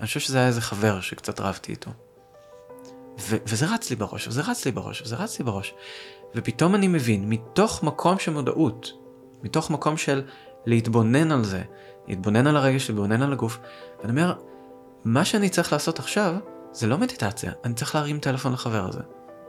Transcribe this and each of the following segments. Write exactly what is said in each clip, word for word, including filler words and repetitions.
אני חושב שזה היה איזה חבר שקצת רבתי איתו. ו- וזה רץ לי בראש, וזה רץ לי בראש, וזה רץ לי בראש. ופתאום אני מבין, מתוך מקום של מודעות, מתוך מקום של להתבונן על זה, להתבונן על הרגש, להתבונן על הגוף, ואני אומר, מה שאני צריך לעשות עכשיו, זה לא מדיטציה, אני צריך להרים טלפון לחבר הזה.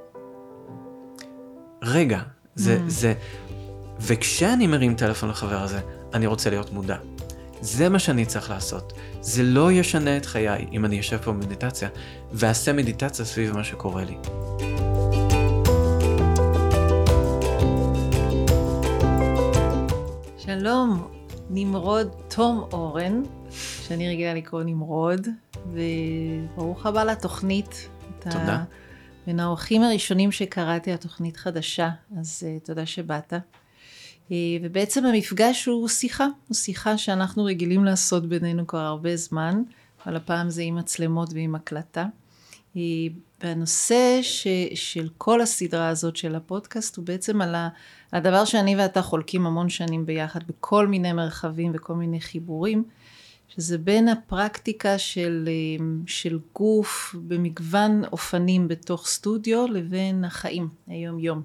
רגע, זה, mm. זה, וכשאני מרים טלפון לחבר הזה, אני רוצה להיות מודע. זה מה שאני צריך לעשות. זה לא ישנה את חיי אם אני יושב פה במדיטציה, ועשה מדיטציה סביב מה שקורה לי. שלום, נמרוד תום אורן, שאני רגילה לקרוא נמרוד, וברוך הבא לתוכנית. תודה. בין האורחים הראשונים שקראתי התוכנית חדשה, אז uh, תודה שבאת. Uh, ובעצם המפגש הוא שיחה, הוא שיחה שאנחנו רגילים לעשות בינינו כבר הרבה זמן, אבל הפעם זה עם מצלמות ועם הקלטה. Uh, והנושא ש, של כל הסדרה הזאת של הפודקאסט הוא בעצם על הדבר שאני ואתה חולקים המון שנים ביחד, בכל מיני מרחבים וכל מיני חיבורים, שזה בין הפרקטיקה של, של גוף במגוון אופנים בתוך סטודיו לבין החיים, היום יום.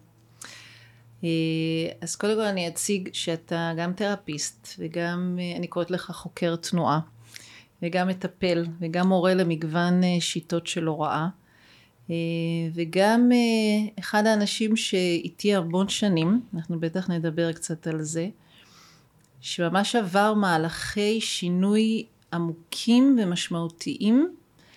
אז קודם כל אני אציג שאתה גם תרפיסט וגם אני קוראת לך חוקר תנועה וגם מטפל וגם מורה למגוון שיטות של הוראה וגם אחד האנשים שאיתי המון שנים, אנחנו בטח נדבר קצת על זה, שממש עבר מהלכי שינוי עמוקים ומשמעותיים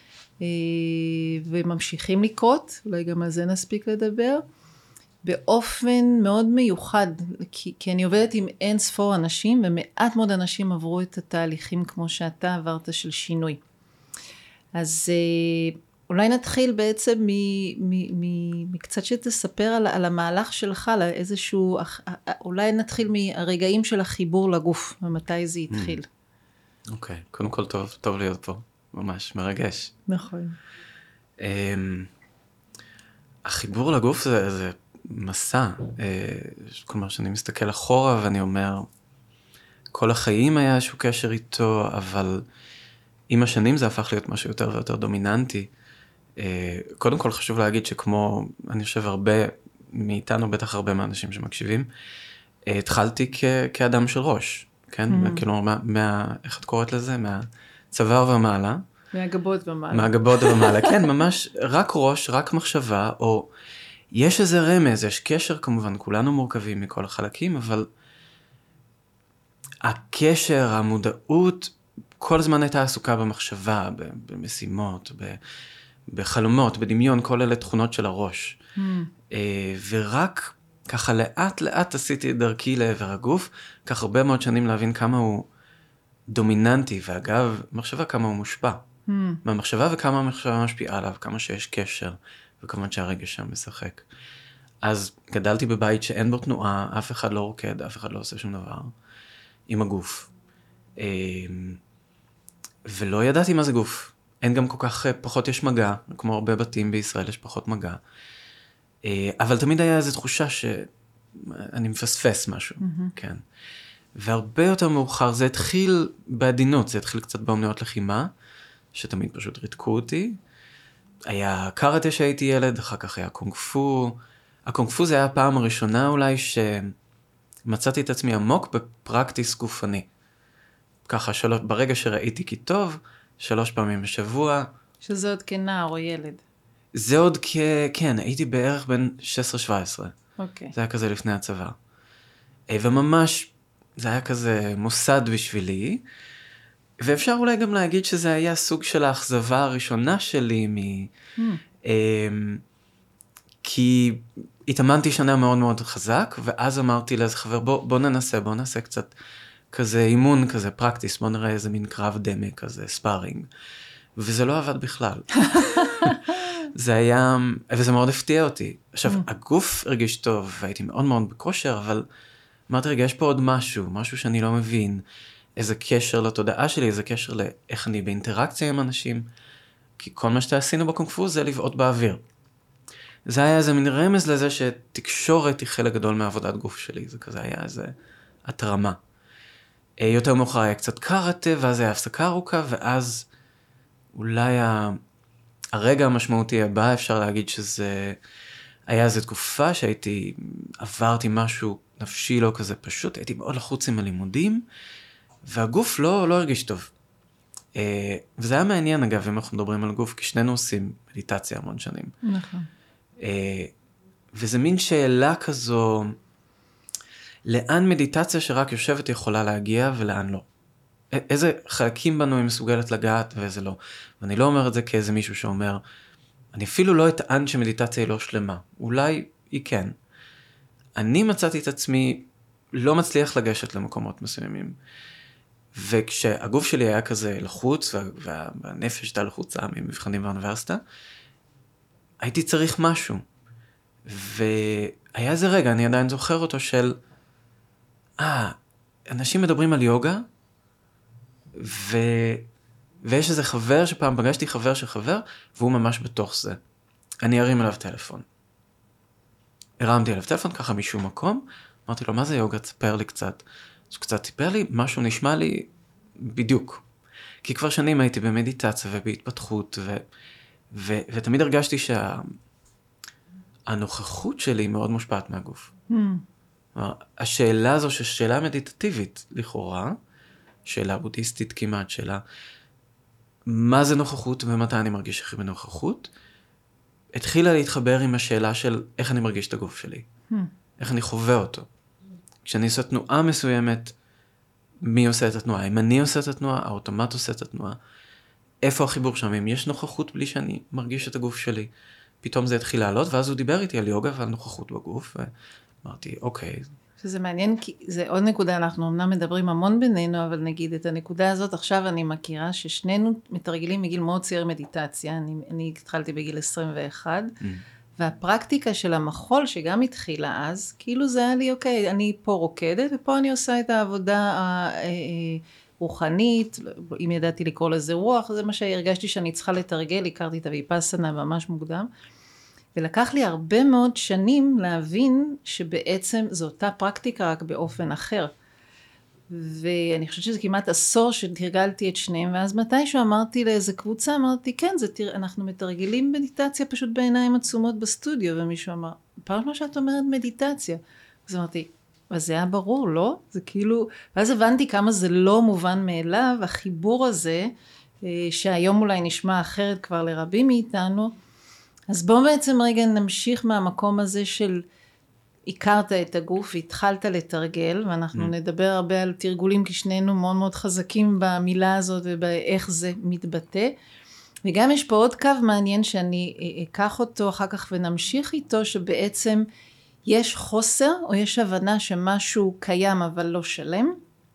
וממשיכים לקרות, אולי גם על זה נספיק לדבר, באופן מאוד מיוחד, כי, כי אני עובדת עם אין ספור אנשים, ומעט מאוד אנשים עברו את התהליכים כמו שאתה עברת של שינוי. אז אולי נתחיל בעצם מקצת שתספר על, על המהלך שלך, על איזשהו, אולי נתחיל מהרגעים של החיבור לגוף, ומתי זה התחיל. אוקיי, okay. קודם כל טוב, טוב להיות פה, ממש מרגש. נכון. Um, החיבור לגוף זה, זה מסע, uh, כלומר שאני מסתכל אחורה ואני אומר, כל החיים היה איזשהו קשר איתו, אבל עם השנים זה הפך להיות משהו יותר ויותר דומיננטי. קודם כל חשוב להגיד שכמו, אני חושב הרבה מאיתנו, בטח הרבה מהאנשים שמקשיבים, התחלתי כ- כאדם של ראש, כן? Mm-hmm. כאילו, מה, מה, איך את קוראת לזה? מהצוואר ומעלה. מהגבות ומעלה. מהגבות ומעלה, כן, ממש רק ראש, רק מחשבה, או יש איזה רמז, יש קשר כמובן, כולנו מורכבים מכל החלקים, אבל הקשר, המודעות, כל הזמן הייתה עסוקה במחשבה, במשימות, ב... בחלומות, בדמיון, כל אלה תכונות של הראש. Mm. ורק ככה לאט לאט עשיתי את דרכי לעבר הגוף, כך הרבה מאוד שנים להבין כמה הוא דומיננטי, ואגב, מחשבה כמה הוא מושפע. Mm. מהמחשבה וכמה המחשבה משפיעה עליו, כמה שיש קשר, וכמה שהרגש שם משחק. אז גדלתי בבית שאין בו תנועה, אף אחד לא רוקד, אף אחד לא עושה שום דבר, עם הגוף. ולא ידעתי מה זה גוף. אין גם כל כך, פחות יש מגע, כמו הרבה בתים בישראל יש פחות מגע. אבל תמיד היה איזו תחושה שאני מפספס משהו, mm-hmm. כן. והרבה יותר מאוחר, זה התחיל בעדינות, זה התחיל קצת באומנויות לחימה, שתמיד פשוט ריתקו אותי. היה קראטה שהייתי ילד, אחר כך היה קונג פו. הקונג פו זה היה הפעם הראשונה אולי שמצאתי את עצמי עמוק בפרקטיס גופני. ככה, שלוש, ברגע שראיתי כי טוב, שלוש פעמים בשבוע. שזה עוד כנער או ילד? זה עוד כ... כן, הייתי בערך בין שש עשרה שבע עשרה. אוקיי. זה היה כזה לפני הצבא. וממש, זה היה כזה מוסד בשבילי, ואפשר אולי גם להגיד שזה היה סוג של האכזבה הראשונה שלי, מ... Hmm. כי התאמנתי שנה מאוד מאוד חזק, ואז אמרתי לאיזה חבר, בוא, בוא ננסה, בוא נעשה קצת... כזה אימון, כזה פרקטיס, בוא נראה איזה מין קרב דמה, כזה ספארינג. וזה לא עבד בכלל. זה היה, וזה מאוד הפתיע אותי. עכשיו, הגוף הרגיש טוב, והייתי מאוד מאוד בכושר, אבל אמרתי, רגע, יש פה עוד משהו, משהו שאני לא מבין, איזה קשר לתודעה שלי, איזה קשר לאיך אני באינטראקציה עם אנשים, כי כל מה שאתה עשינו בקונג פו זה לבעוט באוויר. זה היה איזה מין רמז לזה שתקשורת היא חלק גדול מעבודת גוף שלי, זה כזה היה איזה התרמה. יותר מאוחר היה קצת קראטה, ואז היה הפסקה ארוכה, ואז אולי ה... הרגע המשמעותי הבא, אפשר להגיד שזה... היה איזו תקופה שהייתי, עברתי משהו נפשי לא כזה פשוט, הייתי מאוד לחוץ עם הלימודים, והגוף לא, לא הרגיש טוב. וזה היה מעניין אגב, אם אנחנו מדברים על גוף, כי שנינו עושים מדיטציה המון שנים. נכון. וזה מין שאלה כזו, לאן מדיטציה שרק יושבת יכולה להגיע ולאן לא. איזה חלקים בנו היא מסוגלת לגעת ואיזה לא. ואני לא אומר את זה כאיזה מישהו שאומר, אני אפילו לא אטען שמדיטציה היא לא שלמה. אולי היא כן. אני מצאתי את עצמי לא מצליח לגשת למקומות מסוימים. וכשהגוף שלי היה כזה לחוץ, וה, והנפש הייתה לחוצה ממבחנים באוניברסיטה, הייתי צריך משהו. והיה איזה רגע, אני עדיין זוכר אותו של, אה, אנשים מדברים על יוגה, ו... ויש איזה חבר שפעם פגשתי חבר של חבר, והוא ממש בתוך זה. אני ארים אליו טלפון. הרמתי אליו טלפון ככה משום מקום, אמרתי לו, מה זה יוגה? תספר לי קצת. אז הוא קצת סיפר לי, משהו נשמע לי בדיוק. כי כבר שנים הייתי במדיטציה ובהתפתחות, ו... ו... ותמיד הרגשתי שהנוכחות שלי מאוד מושפעת מהגוף. Mm. השאלה הזו, ששאלה מדיטטיבית לכאורה, שאלה בודהיסטית כמעט, שאלה, מה זה נוכחות ומתי אני מרגיש הכי בנוכחות, התחילה להתחבר עם השאלה של איך אני מרגיש את הגוף שלי, hmm. איך אני חווה אותו. כשאני עושה תנועה מסוימת, מי עושה את התנועה? אם אני עושה את התנועה, האוטומט עושה את התנועה. איפה החיבור שם? אם יש נוכחות בלי שאני מרגיש את הגוף שלי, פתאום זה התחיל לעלות, ואז הוא דיבר איתי על יוגה ועל נוכחות בגוף, ואמרתי, אוקיי. שזה מעניין, כי זה עוד נקודה, אנחנו אמנם מדברים המון בינינו, אבל נגיד את הנקודה הזאת, עכשיו אני מכירה ששנינו מתרגלים מגיל מאוד צעיר מדיטציה, אני, אני התחלתי בגיל עשרים ואחת, mm. והפרקטיקה של המחול שגם התחילה אז, כאילו זה היה לי, אוקיי, אני פה רוקדת, ופה אני עושה את העבודה הרוחנית, אם ידעתי לקרוא לזה רוח, זה מה שהרגשתי שאני צריכה לתרגל, הכרתי את הוויפאסנה ממש מוקדם, ולקח לי הרבה מאוד שנים להבין שבעצם זו אותה פרקטיקה רק באופן אחר. ואני חושבת שזה כמעט עשור שתרגלתי את שניהם, ואז מתישהו אמרתי לאיזה קבוצה, אמרתי, כן, זה, אנחנו מתרגלים מדיטציה פשוט בעיניים עצומות בסטודיו, ומישהו אמר, פעם מה שאת אומרת מדיטציה. אז אמרתי, אז זה היה ברור, לא? זה כאילו, ואז הבנתי כמה זה לא מובן מאליו, החיבור הזה, שהיום אולי נשמע אחרת כבר לרבים מאיתנו, אז בואו בעצם רגע נמשיך מהמקום הזה של הכרת את הגוף והתחלת לתרגל, ואנחנו mm. נדבר הרבה על תרגולים, כי שנינו מאוד מאוד חזקים במילה הזאת ובאיך זה מתבטא. וגם יש פה עוד קו מעניין שאני אקח אותו אחר כך ונמשיך איתו, שבעצם יש חוסר או יש הבנה שמשהו קיים אבל לא שלם,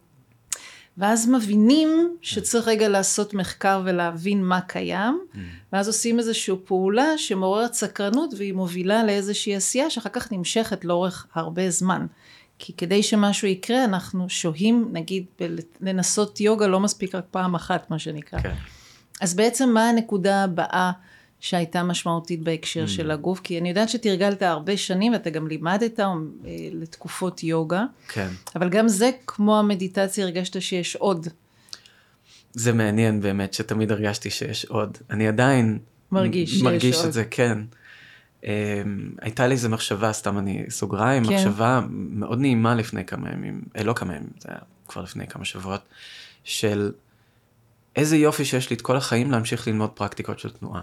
ואז מבינים שצריך רגע לעשות מחקר ולהבין מה קיים, mm. ואז עושים איזושהי פעולה שמעוררת סקרנות, והיא מובילה לאיזושהי עשייה שאחר כך נמשכת לאורך הרבה זמן. כי כדי שמשהו יקרה, אנחנו שוהים, נגיד, לנסות יוגה לא מספיק רק פעם אחת, מה שנקרא. Okay. אז בעצם מה הנקודה הבאה שהייתה משמעותית בהקשר mm. של הגוף? כי אני יודעת שתרגלת הרבה שנים, ואתה גם לימדת לתקופות יוגה. כן. אבל גם זה, כמו המדיטציה, הרגשת שיש עוד. זה מעניין באמת, שתמיד הרגשתי שיש עוד. אני עדיין מרגיש, מרגיש את זה, כן. הייתה לי איזו מחשבה, סתם אני סוגריים, כן. מחשבה מאוד נעימה לפני כמה ימים, אה, לא כמה ימים, זה היה כבר לפני כמה שבועות, של איזה יופי שיש לי את כל החיים להמשיך ללמוד פרקטיקות של תנועה.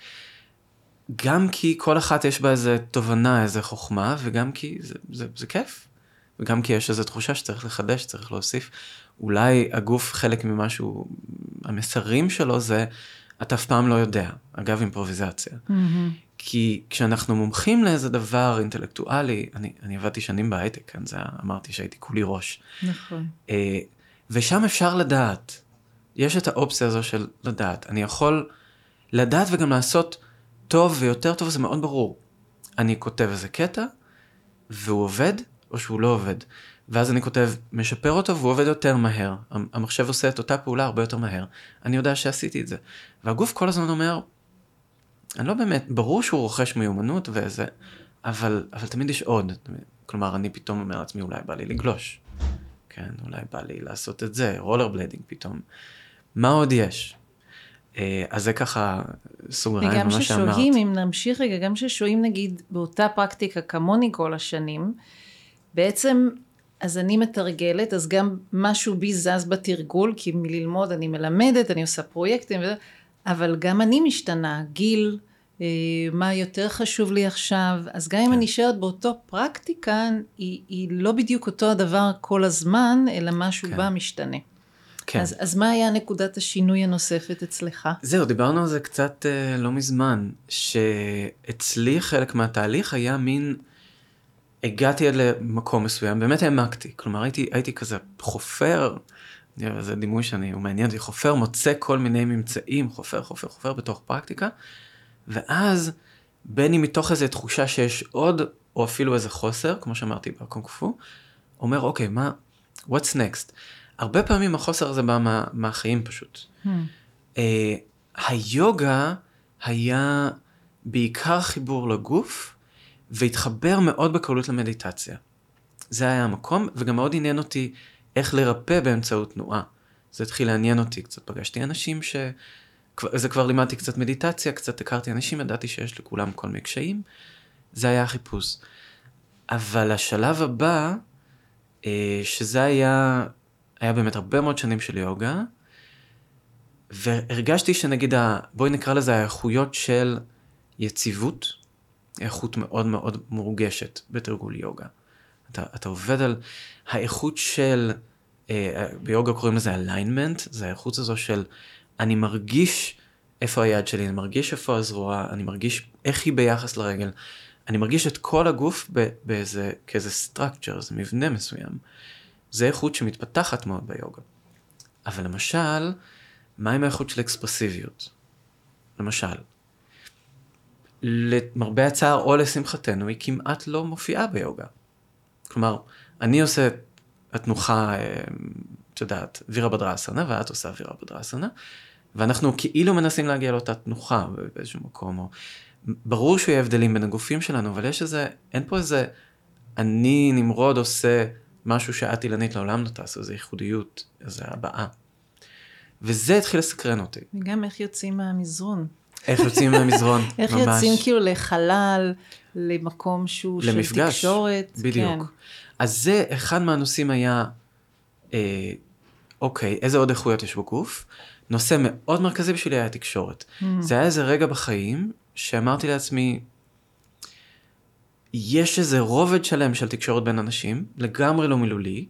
גם כי כל אחת יש בה איזו תובנה, איזו חוכמה, וגם כי זה, זה, זה כיף. וגם כי יש איזו תחושה שצריך לחדש, צריך להוסיף. אולי הגוף חלק ממשהו, המסרים שלו זה, אתה אף פעם לא יודע. אגב, אימפרוביזציה. Mm-hmm. כי כשאנחנו מומחים לאיזה דבר אינטלקטואלי, אני, אני עבדתי שנים בהייטק, כן? זה אמרתי שהייתי כולי ראש. נכון. ושם אפשר לדעת. יש את האופציה הזו של לדעת. אני יכול לדעת וגם לעשות טוב ויותר טוב, זה מאוד ברור. אני כותב איזה קטע, והוא עובד, או שהוא לא עובד. ואז אני כותב, משפר אותו, והוא עובד יותר מהר. המחשב עושה את אותה פעולה הרבה יותר מהר. אני יודע שעשיתי את זה. והגוף כל הזמן אומר, אני לא באמת, ברור שהוא רוכש מיומנות וזה, אבל, אבל תמיד יש עוד. כלומר, אני פתאום אומר לעצמי, אולי בא לי לגלוש. כן, אולי בא לי לעשות את זה, רולר בליידינג פתאום. מה עוד יש? אז זה ככה סוגריים, וגם מה שאמרת. ששוהים, אם נמשיך רגע, גם ששוהים נגיד באותה פרקטיקה כמוני כל השנים, בעצם, אז אני מתרגלת, אז גם משהו בי זז בתרגול, כי מללמוד אני מלמדת, אני עושה פרויקטים, אבל גם אני משתנה, גיל, מה יותר חשוב לי עכשיו, אז גם אם אני נשארת באותו פרקטיקה, היא, היא לא בדיוק אותו הדבר כל הזמן, אלא משהו בה משתנה. כן. אז, אז מה היה נקודת השינוי הנוספת אצלך? זהו, דיברנו על זה קצת אה, לא מזמן, שאצלי חלק מהתהליך היה מין, הגעתי עד למקום מסוים, באמת העמקתי, כלומר הייתי, הייתי כזה חופר, זה דימוי שאני, הוא מעניין אותי, חופר, מוצא כל מיני ממצאים, חופר, חופר, חופר בתוך פרקטיקה, ואז בין אם מתוך איזו תחושה שיש עוד, או אפילו איזה חוסר, כמו שאמרתי בקונג פו, אומר, אוקיי, מה, what's next? הרבה פעמים החוסר הזה בא מה, מהחיים פשוט. Hmm. Uh, היוגה היה בעיקר חיבור לגוף, והתחבר מאוד בקלות למדיטציה. זה היה המקום, וגם מאוד עניין אותי איך לרפא באמצעות תנועה. זה התחיל לעניין אותי, קצת פגשתי אנשים ש... זה כבר לימדתי קצת מדיטציה, קצת הכרתי אנשים, ידעתי שיש לכולם כל מיני קשיים. זה היה החיפוש. אבל השלב הבא, uh, שזה היה... היה באמת הרבה מאוד שנים של יוגה, והרגשתי שנגיד, ה... בואי נקרא לזה האיכויות של יציבות, איכות מאוד מאוד מורגשת בתרגול יוגה. אתה, אתה עובד על האיכות של, אה, ביוגה קוראים לזה alignment, זה האיכות הזו של, אני מרגיש איפה היד שלי, אני מרגיש איפה הזרוע, אני מרגיש איך היא ביחס לרגל, אני מרגיש את כל הגוף באיזה, כאיזה structure, זה מבנה מסוים. זה איכות שמתפתחת מאוד ביוגה. אבל למשל, מה עם האיכות של אקספרסיביות? למשל, למרבה הצער או לשמחתנו, היא כמעט לא מופיעה ביוגה. כלומר, אני עושה התנוחה, את יודעת, וירה בדרסנה, ואת עושה וירה בדרסנה, ואנחנו כאילו מנסים להגיע לאותה תנוחה באיזשהו מקום. או... ברור שיהיה הבדלים בין הגופים שלנו, אבל יש איזה, אין פה איזה, אני נמרוד עושה משהו שאת אילנית לעולם לא תעשו, איזו ייחודיות, איזו הבאה. וזה התחיל לסקרן אותי. וגם איך יוצאים מהמזרון. איך יוצאים מהמזרון, ממש. איך יוצאים כאילו לחלל, למקום שהוא של תקשורת. בדיוק. כן. אז זה, אחד מהנושאים היה, אה, אוקיי, איזה עוד איכויות יש בגוף? נושא מאוד מרכזי בשבילי היה תקשורת. Mm. זה היה איזה רגע בחיים, שאמרתי לעצמי, יש איזה רובד שלם של תקשורת בין אנשים, לגמרי לא מילולי,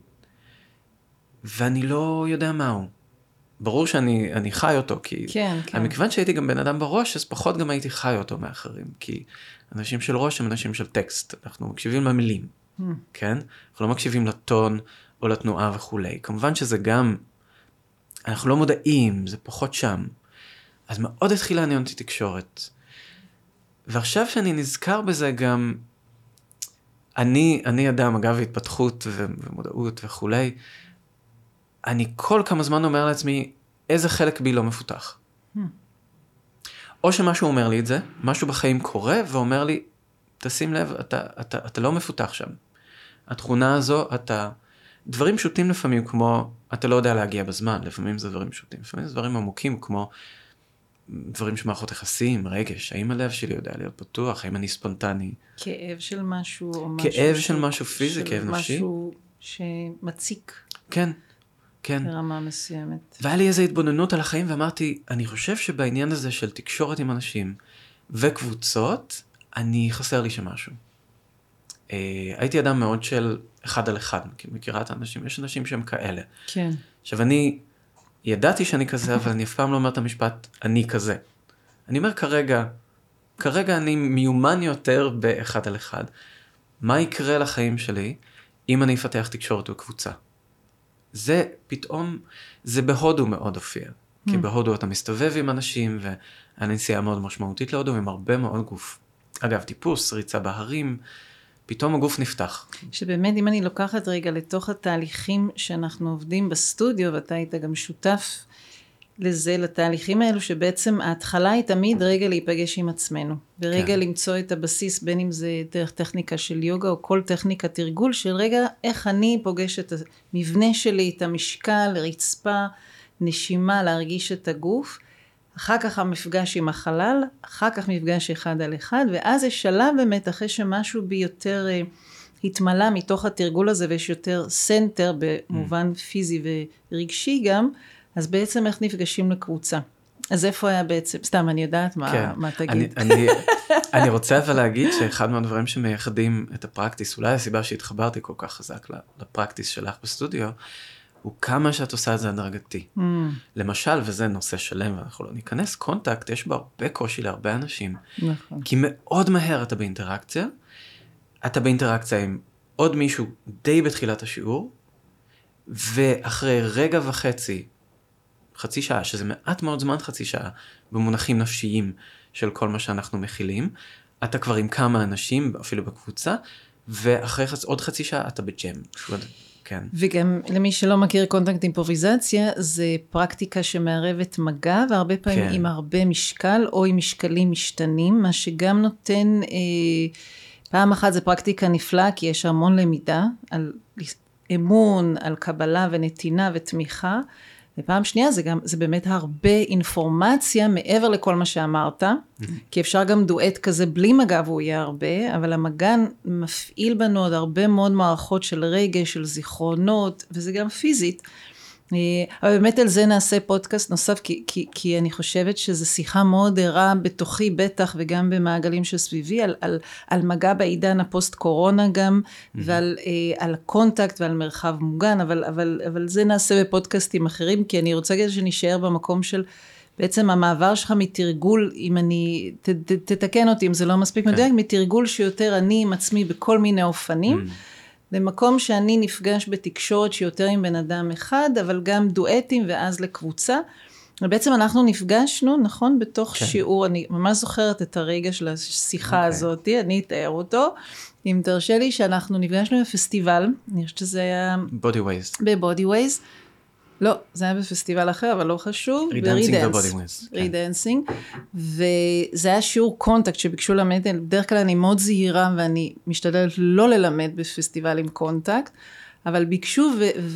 ואני לא יודע מהו. ברור שאני אני חי אותו, כי כן, כן. מכיוון שהייתי גם בן אדם בראש, אז פחות גם הייתי חי אותו מאחרים, כי אנשים של ראש הם אנשים של טקסט, אנחנו מקשיבים למילים, hmm. כן? אנחנו לא מקשיבים לטון או לתנועה וכולי. כמובן שזה גם, אנחנו לא מודעים, זה פחות שם. אז מאוד התחילה לעניין אותי תקשורת. ועכשיו שאני נזכר בזה גם, אני, אני אדם, אגב, התפתחות ומודעות וכולי, אני כל כמה זמן אומר לעצמי, איזה חלק בי לא מפותח. Hmm. או שמשהו אומר לי את זה, משהו בחיים קורה, ואומר לי, תשים לב, אתה, אתה, אתה לא מפותח שם. התכונה הזו, אתה, דברים פשוטים לפעמים, כמו, אתה לא יודע להגיע בזמן, לפעמים זה דברים פשוטים, לפעמים זה דברים עמוקים, כמו דברים שמערכות יחסים, רגש, האם הלב שלי יודע להיות פתוח, האם אני ספונטני. כאב של משהו, או משהו. כאב של משהו פיזי, כאב נפשי. משהו שמציק. כן. כן. ברמה מסוימת. והיה לי איזו התבוננות על החיים, ואמרתי, אני חושב שבעניין הזה של תקשורת עם אנשים וקבוצות, אני חסר לי שמשהו. אה, הייתי אדם מאוד של אחד על אחד, מכירה את האנשים, יש אנשים שהם כאלה. כן. עכשיו אני ידעתי שאני כזה, אבל אני אף פעם לא אומר את המשפט, אני כזה. אני אומר כרגע, כרגע אני מיומן יותר באחד על אחד. מה יקרה לחיים שלי אם אני אפתח תקשורת בקבוצה? זה פתאום, זה בהודו מאוד הופיע. Mm. כי בהודו אתה מסתובב עם אנשים, והנסיעה מאוד משמעותית להודו, עם הרבה מאוד גוף. אגב, טיפוס, ריצה בהרים, פתאום הגוף נפתח. שבאמת, אם אני לוקחת רגע לתוך התהליכים שאנחנו עובדים בסטודיו, ואתה היית גם שותף לזה, לתהליכים האלו, שבעצם ההתחלה היא תמיד רגע להיפגש עם עצמנו, ורגע כן. למצוא את הבסיס, בין אם זה דרך טכניקה של יוגה, או כל טכניקה תרגול, של רגע איך אני פוגש את המבנה שלי, את המשקל, רצפה, נשימה, להרגיש את הגוף. אחר כך המפגש עם החלל, אחר כך מפגש אחד על אחד, ואז יש שלב באמת אחרי שמשהו בי יותר התמלא מתוך התרגול הזה, ויש יותר סנטר במובן mm. פיזי ורגשי גם, אז בעצם איך נפגשים לקבוצה. אז איפה היה בעצם, סתם אני יודעת מה, כן. מה תגיד. אני, אני, אני רוצה אבל להגיד שאחד מהדברים שמייחדים את הפרקטיס, אולי הסיבה שהתחברתי כל כך חזק לפרקטיס שלך בסטודיו, הוא כמה שאת עושה את זה הדרגתי. Mm. למשל, וזה נושא שלם, ואנחנו לא ניכנס, קונטקט, יש בה הרבה קושי להרבה אנשים. נכון. כי מאוד מהר אתה באינטראקציה, אתה באינטראקציה עם עוד מישהו די בתחילת השיעור, ואחרי רגע וחצי, חצי שעה, שזה מעט מאוד זמן חצי שעה, במונחים נפשיים של כל מה שאנחנו מכילים, אתה כבר עם כמה אנשים, אפילו בקבוצה, ואחרי חצ... עוד חצי שעה אתה בג'ם. כן. וגם למי שלא מכיר קונטקט אימפרוביזציה, זה פרקטיקה שמערבת מגע, והרבה פעמים כן. עם הרבה משקל, או עם משקלים משתנים, מה שגם נותן, אה, פעם אחת זה פרקטיקה נפלאה, כי יש המון למידה, על אמון, על קבלה ונתינה ותמיכה, ופעם שנייה זה גם, זה באמת הרבה אינפורמציה מעבר לכל מה שאמרת, mm-hmm. כי אפשר גם דואט כזה בלי מגע והוא יהיה הרבה, אבל המגע מפעיל בנו עוד הרבה מאוד מערכות של רגש, של זיכרונות, וזה גם פיזית. אבל באמת על זה נעשה פודקאסט נוסף, כי, כי, כי אני חושבת שזו שיחה מאוד ערה בתוכי בטח, וגם במעגלים שסביבי, על, על, על מגע בעידן הפוסט קורונה גם, mm-hmm. ועל על קונטקט ועל מרחב מוגן, אבל, אבל, אבל זה נעשה בפודקאסטים אחרים, כי אני רוצה להגיד שנשאר במקום של, בעצם המעבר שלך מתרגול, אם אני, ת, ת, תתקן אותי אם זה לא מספיק okay. מדויק, מתרגול שיותר אני עם עצמי בכל מיני אופנים, mm-hmm. במקום שאני נפגש בתקשורת שיותר עם בן אדם אחד, אבל גם דואטים ואז לקבוצה. ובעצם אנחנו נפגשנו, נכון? בתוך כן. שיעור, אני ממש זוכרת את הרגע של השיחה okay. הזאת, אני אתאר אותו. אם תרשה לי שאנחנו נפגשנו בפסטיבל, אני חושבת שזה היה... Body Ways. ב-Body Ways. לא, זה היה בפסטיבל אחר, אבל לא חשוב. רידנסינג ו-Body Ways. רידנסינג. וזה היה שיעור קונטקט שביקשו ללמד, בדרך כלל אני מאוד זהירה, ואני משתדלת לא ללמד בפסטיבל עם קונטקט, אבל ביקשו,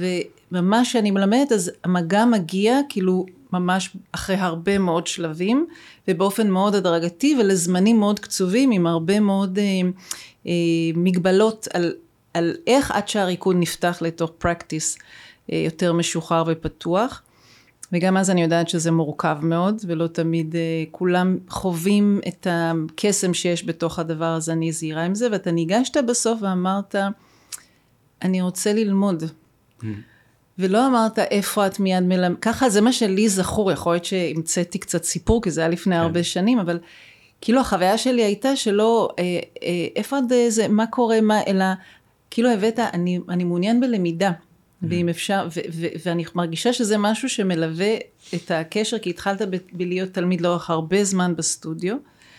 וממש שאני מלמדת, אז המגע מגיע, כאילו ממש אחרי הרבה מאוד שלבים, ובאופן מאוד הדרגתי, ולזמנים מאוד קצובים, עם הרבה מאוד אה, אה, מגבלות על, על איך עד שהריקוד נפתח לתוך פרקטיס, יותר משוחרר ופתוח, וגם אז אני יודעת שזה מורכב מאוד, ולא תמיד כולם חווים את הקסם שיש בתוך הדבר הזה, אני זהירה עם זה, ואתה ניגשת בסוף ואמרת, אני רוצה ללמוד, mm. ולא אמרת איפה את מיד מלמד, ככה זה מה שלי זכור, יכול להיות שהמצאתי קצת סיפור, כי זה היה לפני כן. הרבה שנים, אבל כאילו החוויה שלי הייתה שלא, אה, אה, איפה את זה, מה קורה, מה, אלא, כאילו הבאת, אני, אני מעוניין בלמידה, ואם אפשר, ו- ו- ואני מרגישה שזה משהו שמלווה את הקשר, כי התחלת ב- בלהיות תלמיד לאורך הרבה זמן בסטודיו,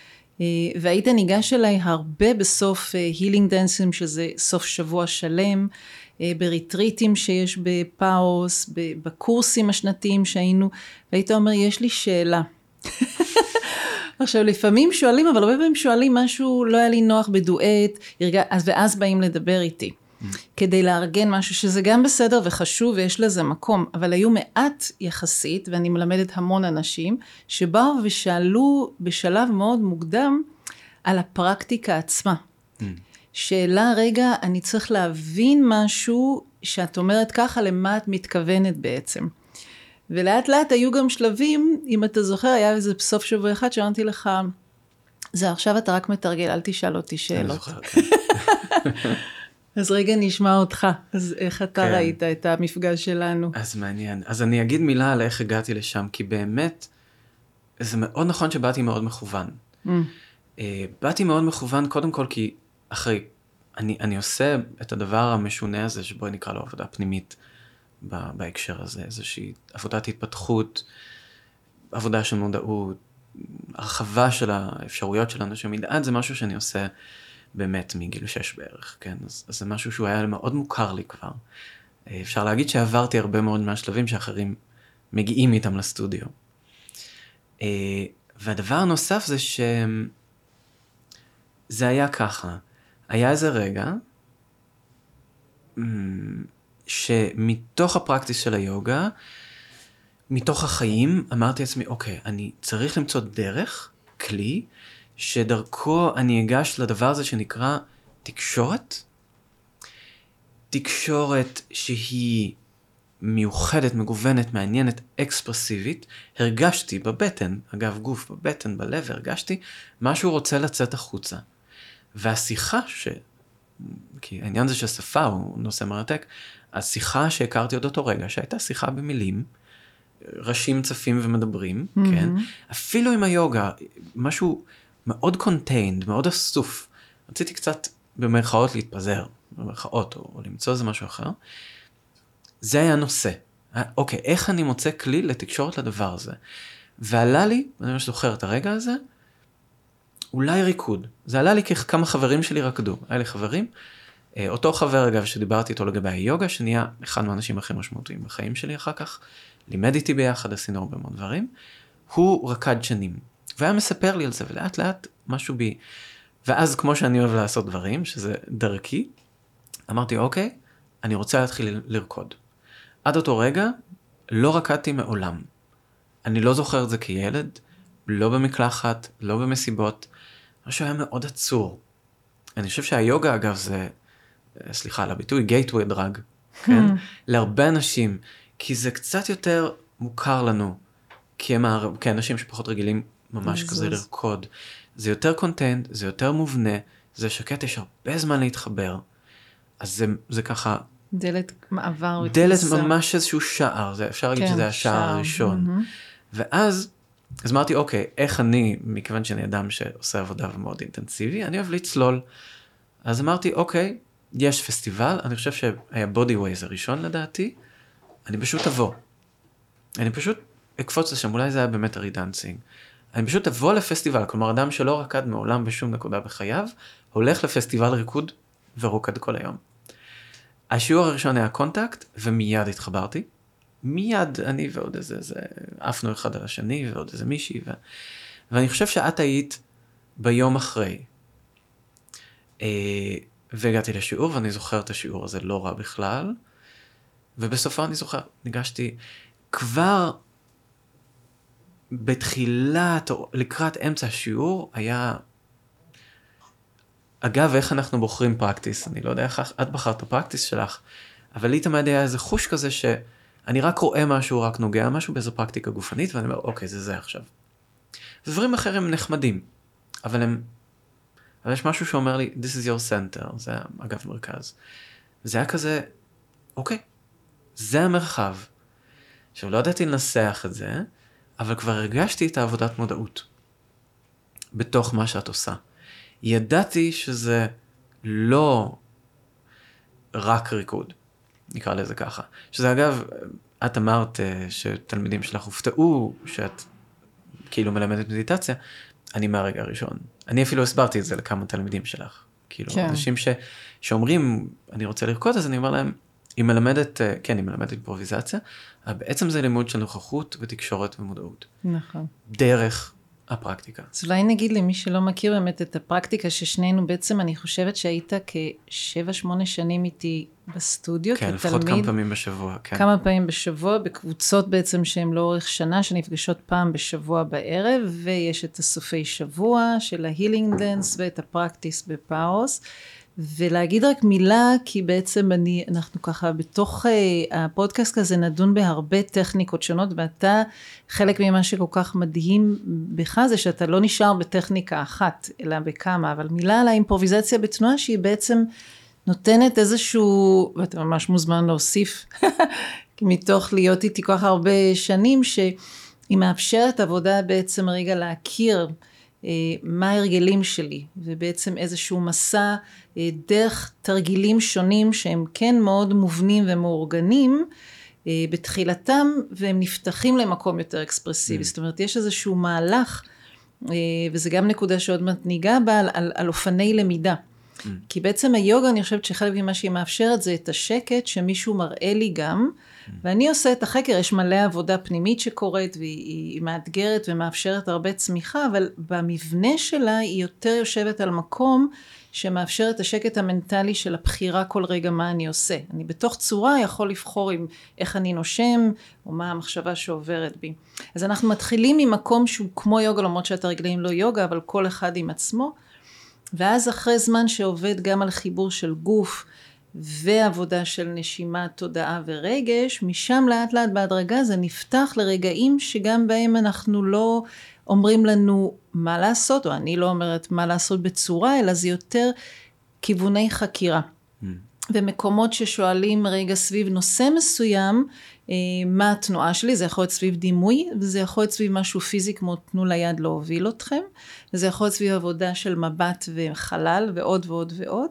והיית ניגש אליי הרבה בסוף הילינג דנסים, שזה סוף שבוע שלם, בריטריטים שיש בפאוס, בקורסים השנתיים שהיינו, והיית אומר, יש לי שאלה. עכשיו, לפעמים שואלים, אבל הרבה פעמים שואלים משהו, לא היה לי נוח בדואט, ואז באים לדבר איתי. כדי לארגן משהו שזה גם בסדר וחשוב ויש לזה מקום, אבל היו מעט יחסית, ואני מלמדת המון אנשים, שבאו ושאלו בשלב מאוד מוקדם על הפרקטיקה עצמה. Mm. שאלה, רגע, אני צריך להבין משהו שאת אומרת ככה, למה את מתכוונת בעצם. ולאט לאט היו גם שלבים, אם אתה זוכר, היה איזה בסוף שבוע אחד שאמרתי לך, זה עכשיו אתה רק מתרגל, אל תשאל אותי שאלות. אני זוכר, כן. אז רגע נשמע אותך, אז איך אתה כן. ראית את המפגש שלנו? אז מעניין, אז אני אגיד מילה על איך הגעתי לשם, כי באמת, זה מאוד נכון שבאתי מאוד מכוון. Mm. Uh, באתי מאוד מכוון, קודם כל כי אחרי, אני, אני עושה את הדבר המשונה הזה, שבו נקרא לו עבודה פנימית בהקשר הזה, איזושהי עבודת התפתחות, עבודה של מודעות, הרחבה של האפשרויות של אנשים, מדעת זה משהו שאני עושה, באמת מגיל שש בערך, כן? אז, אז זה משהו שהוא היה מאוד מוכר לי כבר. אפשר להגיד שעברתי הרבה מאוד מהשלבים שאחרים מגיעים איתם לסטודיו. והדבר הנוסף זה שזה היה ככה. היה איזה רגע שמתוך הפרקטיס של היוגה, מתוך החיים אמרתי לעצמי, אוקיי, אני צריך למצוא דרך, כלי, שדרכו אני אגש לדבר הזה שנקרא תקשורת. תקשורת שהיא מיוחדת, מגוונת, מעניינת, אקספרסיבית. הרגשתי בבטן, אגב גוף, בבטן, בלב, הרגשתי משהו רוצה לצאת החוצה. והשיחה ש... כי העניין זה שהשפה הוא נושא מרתק, השיחה שהכרתי עוד אותו רגע, שהייתה שיחה במילים, ראשים צפים ומדברים, mm-hmm. כן? אפילו עם היוגה, משהו מאוד קונטיינד, מאוד אסוף. רציתי קצת במרכאות להתפזר, במרכאות, או, או למצוא איזה משהו אחר. זה היה נושא. אוקיי, איך אני מוצא כלי לתקשורת לדבר הזה? ועלה לי, אני ממש זוכר את הרגע הזה, אולי ריקוד. זה עלה לי כמה חברים שלי רקדו. היה לי חברים. אותו חבר, אגב, שדיברתי איתו לגבי היוגה, שנהיה אחד מהאנשים הכי משמעותיים בחיים שלי אחר כך, לימד איתי ביחד, עשינו הרבה מאוד דברים. הוא רקד שנים. והיה מספר לי על זה, ולאט לאט משהו בי. ואז, כמו שאני אוהב לעשות דברים, שזה דרכי, אמרתי, אוקיי, אני רוצה להתחיל לרקוד. עד אותו רגע, לא רקדתי מעולם. אני לא זוכר את זה כילד, לא במקלחת, לא במסיבות, משהו היה מאוד עצור. אני חושב שהיוגה, אגב, זה, סליחה על הביטוי, gateway drug, כן? להרבה אנשים, כי זה קצת יותר מוכר לנו, כי הם כאנשים שפחות רגילים ממש כזה לרקוד. זה יותר קונטנט, זה יותר מובנה, זה שקט, יש הרבה זמן להתחבר, אז זה, זה ככה... דלת מעבר. דלת ממש איזשהו שער, זה, אפשר להגיד כן, שזה השער שער. הראשון. Mm-hmm. ואז, אז אמרתי, אוקיי, איך אני, מכיוון שאני אדם שעושה עבודה ומאוד אינטנסיבי, אני אוהב לצלול. אז אמרתי, אוקיי, יש פסטיבל, אני חושב שהיה בודי ווייז הראשון לדעתי, אני פשוט אבוא. אני פשוט אקפוץ לשם, אולי זה היה באמת הרידנסינג. אני פשוט אבוא לפסטיבל, כלומר, אדם שלא רקד מעולם בשום נקודה בחייו, הולך לפסטיבל ריקוד ורוקד כל היום. השיעור הראשון היה קונטקט, ומיד התחברתי. מיד אני ועוד איזה, איזה, עפנו אחד על השני, ועוד איזה מישהי, ו... ואני חושב שאת היית ביום אחרי. אה, והגעתי לשיעור, ואני זוכר את השיעור הזה לא רע בכלל, ובסופו אני זוכר, ניגשתי כבר בתחילת, או לקראת אמצע השיעור, היה... אגב, איך אנחנו בוחרים פרקטיס? אני לא יודע איך את בחרת פרקטיס שלך, אבל לי תמיד היה איזה חוש כזה שאני רק רואה משהו, רק נוגע משהו באיזו פרקטיקה גופנית, ואני אומר, אוקיי, זה זה עכשיו. דברים אחרים הם נחמדים, אבל הם... אבל יש משהו שאומר לי, this is your center, זה אגב מרכז. זה היה כזה, אוקיי, זה המרחב. עכשיו, לא ידעתי לנסח את זה, אבל כבר הרגשתי את העבודת מודעות בתוך מה שאת עושה. ידעתי שזה לא רק ריקוד, נקרא לזה ככה. שזה אגב, את אמרת שתלמידים שלך הופתעו, שאת כאילו מלמדת מדיטציה, אני מהרגע הראשון. אני אפילו הסברתי את זה לכמה תלמידים שלך. כאילו, כן. אנשים ש, שאומרים, אני רוצה לרקוד, אז אני אומר להם, היא מלמדת, כן, היא מלמדת אימפרוביזציה, אבל בעצם זה לימוד של נוכחות ותקשורת ומודעות. נכון. דרך הפרקטיקה. אז אולי נגיד למי שלא מכיר באמת את הפרקטיקה, ששנינו בעצם, אני חושבת שהיית כשבע, שמונה שנים איתי בסטודיו, כן, כתלמיד. לפחות כמה פעמים בשבוע, כן. כמה פעמים בשבוע, בקבוצות בעצם שהן לאורך שנה, שנפגשות פעם בשבוע בערב, ויש את הסופי שבוע של ההילינג דנס, ואת הפרקטיס בפאוס. ולהגיד רק מילה, כי בעצם אני, אנחנו ככה בתוך uh, הפודקאסט כזה נדון בהרבה טכניקות שונות, ואתה חלק ממה שכל כך מדהים בך זה שאתה לא נשאר בטכניקה אחת, אלא בכמה, אבל מילה על האימפרוביזציה בתנועה שהיא בעצם נותנת איזשהו, ואתה ממש מוזמן להוסיף, מתוך להיות איתי כל כך הרבה שנים, שהיא מאפשרת עבודה בעצם רגע להכיר, מה ההרגלים שלי, ובעצם איזשהו מסע דרך תרגילים שונים שהם כן מאוד מובנים ומאורגנים בתחילתם, והם נפתחים למקום יותר אקספרסיבי. Mm. זאת אומרת, יש איזשהו מהלך, וזה גם נקודה שעוד מעט ניגע בה, על, על, על אופני למידה. Mm. כי בעצם היוגה, אני חושבת שחלק ממה שהיא מאפשרת, זה את השקט שמישהו מראה לי גם, mm. ואני עושה את החקר, יש מלא עבודה פנימית שקורית, והיא מאתגרת ומאפשרת הרבה צמיחה, אבל במבנה שלה היא יותר יושבת על מקום, שמאפשר את השקט המנטלי של הבחירה כל רגע מה אני עושה. אני בתוך צורה יכול לבחור עם איך אני נושם, או מה המחשבה שעוברת בי. אז אנחנו מתחילים ממקום שהוא כמו יוגה, למרות שאת הרגלים לא יוגה, אבל כל אחד עם עצמו. ואז אחרי זמן שעובד גם על חיבור של גוף, ועבודה של נשימה, תודעה ורגש, משם לאט לאט בהדרגה זה נפתח לרגעים שגם בהם אנחנו לא אומרים לנו מה לעשות, או אני לא אומרת מה לעשות בצורה, אלא זה יותר כיווני חקירה. Mm. ומקומות ששואלים רגע סביב נושא מסוים, מה התנועה שלי, זה יכול להיות סביב דימוי, וזה יכול להיות סביב משהו פיזי, כמו תנו ליד להוביל אתכם, וזה יכול להיות סביב עבודה של מבט וחלל, ועוד ועוד ועוד,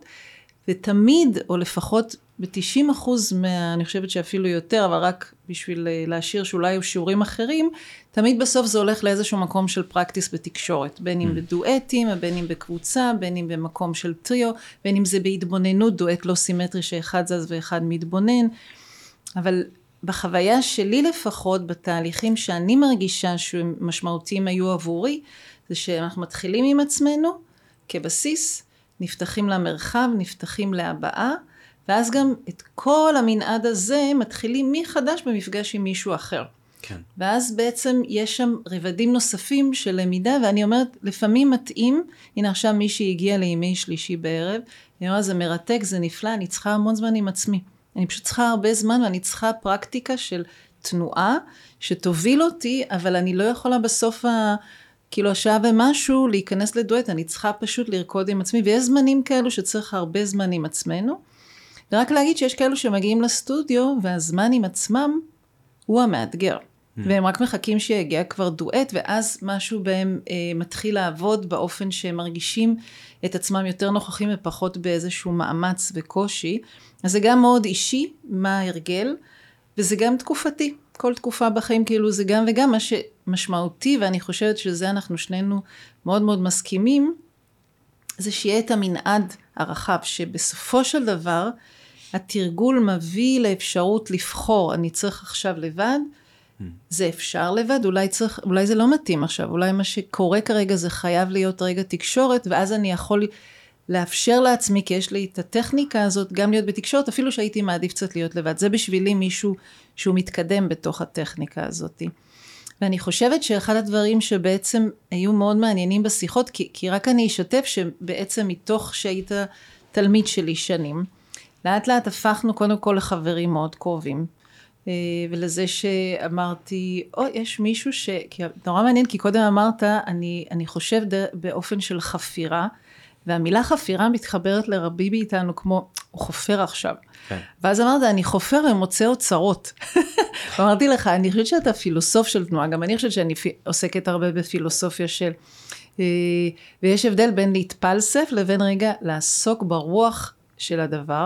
ותמיד, או לפחות ב-תשעים אחוז מה, אני חושבת שאפילו יותר, אבל רק בשביל להשאיר שאולי היו שיעורים אחרים, תמיד בסוף זה הולך לאיזשהו מקום של פרקטיס בתקשורת, בין אם בדואטים, בין אם בקבוצה, בין אם במקום של טריו, בין אם זה בהתבוננות, דואט לא סימטרי שאחד זז ואחד מתבונן, אבל בחוויה שלי לפחות, בתהליכים שאני מרגישה שהם משמעותיים היו עבורי, זה שאנחנו מתחילים עם עצמנו כבסיס, נפתחים למרחב, נפתחים להבאה, ואז גם את כל המנעד הזה מתחילים מחדש במפגש עם מישהו אחר. כן. ואז בעצם יש שם רבדים נוספים של למידה, ואני אומרת, לפעמים מתאים, הנה עכשיו מישהי הגיעה לימי שלישי בערב, אני אומרת, זה מרתק, זה נפלא, אני צריכה המון זמן עם עצמי. אני פשוט צריכה הרבה זמן, ואני צריכה פרקטיקה של תנועה, שתוביל אותי, אבל אני לא יכולה בסוף ה... כאילו השעה ומשהו להיכנס לדואט, אני צריכה פשוט לרקוד עם עצמי, ויש זמנים כאלו שצריך הרבה זמן עם עצמנו, ורק להגיד שיש כאלו שמגיעים לסטודיו, והזמן עם עצמם הוא המאתגר, mm. והם רק מחכים שיגיע כבר דואט, ואז משהו בהם אה, מתחיל לעבוד באופן שהם מרגישים את עצמם יותר נוכחים, ופחות באיזשהו מאמץ וקושי, אז זה גם מאוד אישי, מה ההרגל, וזה גם תקופתי, כל תקופה בחיים כאילו זה גם וגם, מה שמשמעותי, ואני חושבת שזה אנחנו שנינו מאוד מאוד מסכימים, זה שיהיה את המנעד הרחב, שבסופו של דבר, התרגול מביא לאפשרות לבחור, אני צריך עכשיו לבד, mm. זה אפשר לבד, אולי, צריך, אולי זה לא מתאים עכשיו, אולי מה שקורה כרגע זה חייב להיות רגע תקשורת, ואז אני יכול לאפשר לעצמי, כי יש לי את הטכניקה הזאת, גם להיות בתקשורת, אפילו שהייתי מעדיף קצת להיות לבד, זה בשבילי מישהו שהוא מתקדם בתוך הטכניקה הזאת. ואני חושבת שאחד הדברים שבעצם היו מאוד מעניינים בשיחות, כי, כי רק אני אשתף שבעצם מתוך שהיית תלמיד שלי שנים, לאט לאט הפכנו קודם כל לחברים מאוד קרובים, ולזה שאמרתי, או, יש מישהו ש... כי נורא מעניין, כי קודם אמרת, אני, אני חושב באופן של חפירה, והמילה חפירה מתחברת לרבי מאיתנו כמו, הוא חופר עכשיו. כן. ואז אמרת, אני חופר ומוצא אוצרות. ואמרתי לך, אני חושבת שאתה פילוסוף של תנועה, גם אני חושבת שאני עוסקת הרבה בפילוסופיה של, ויש הבדל בין להתפלסף לבין רגע לעסוק ברוח של הדבר,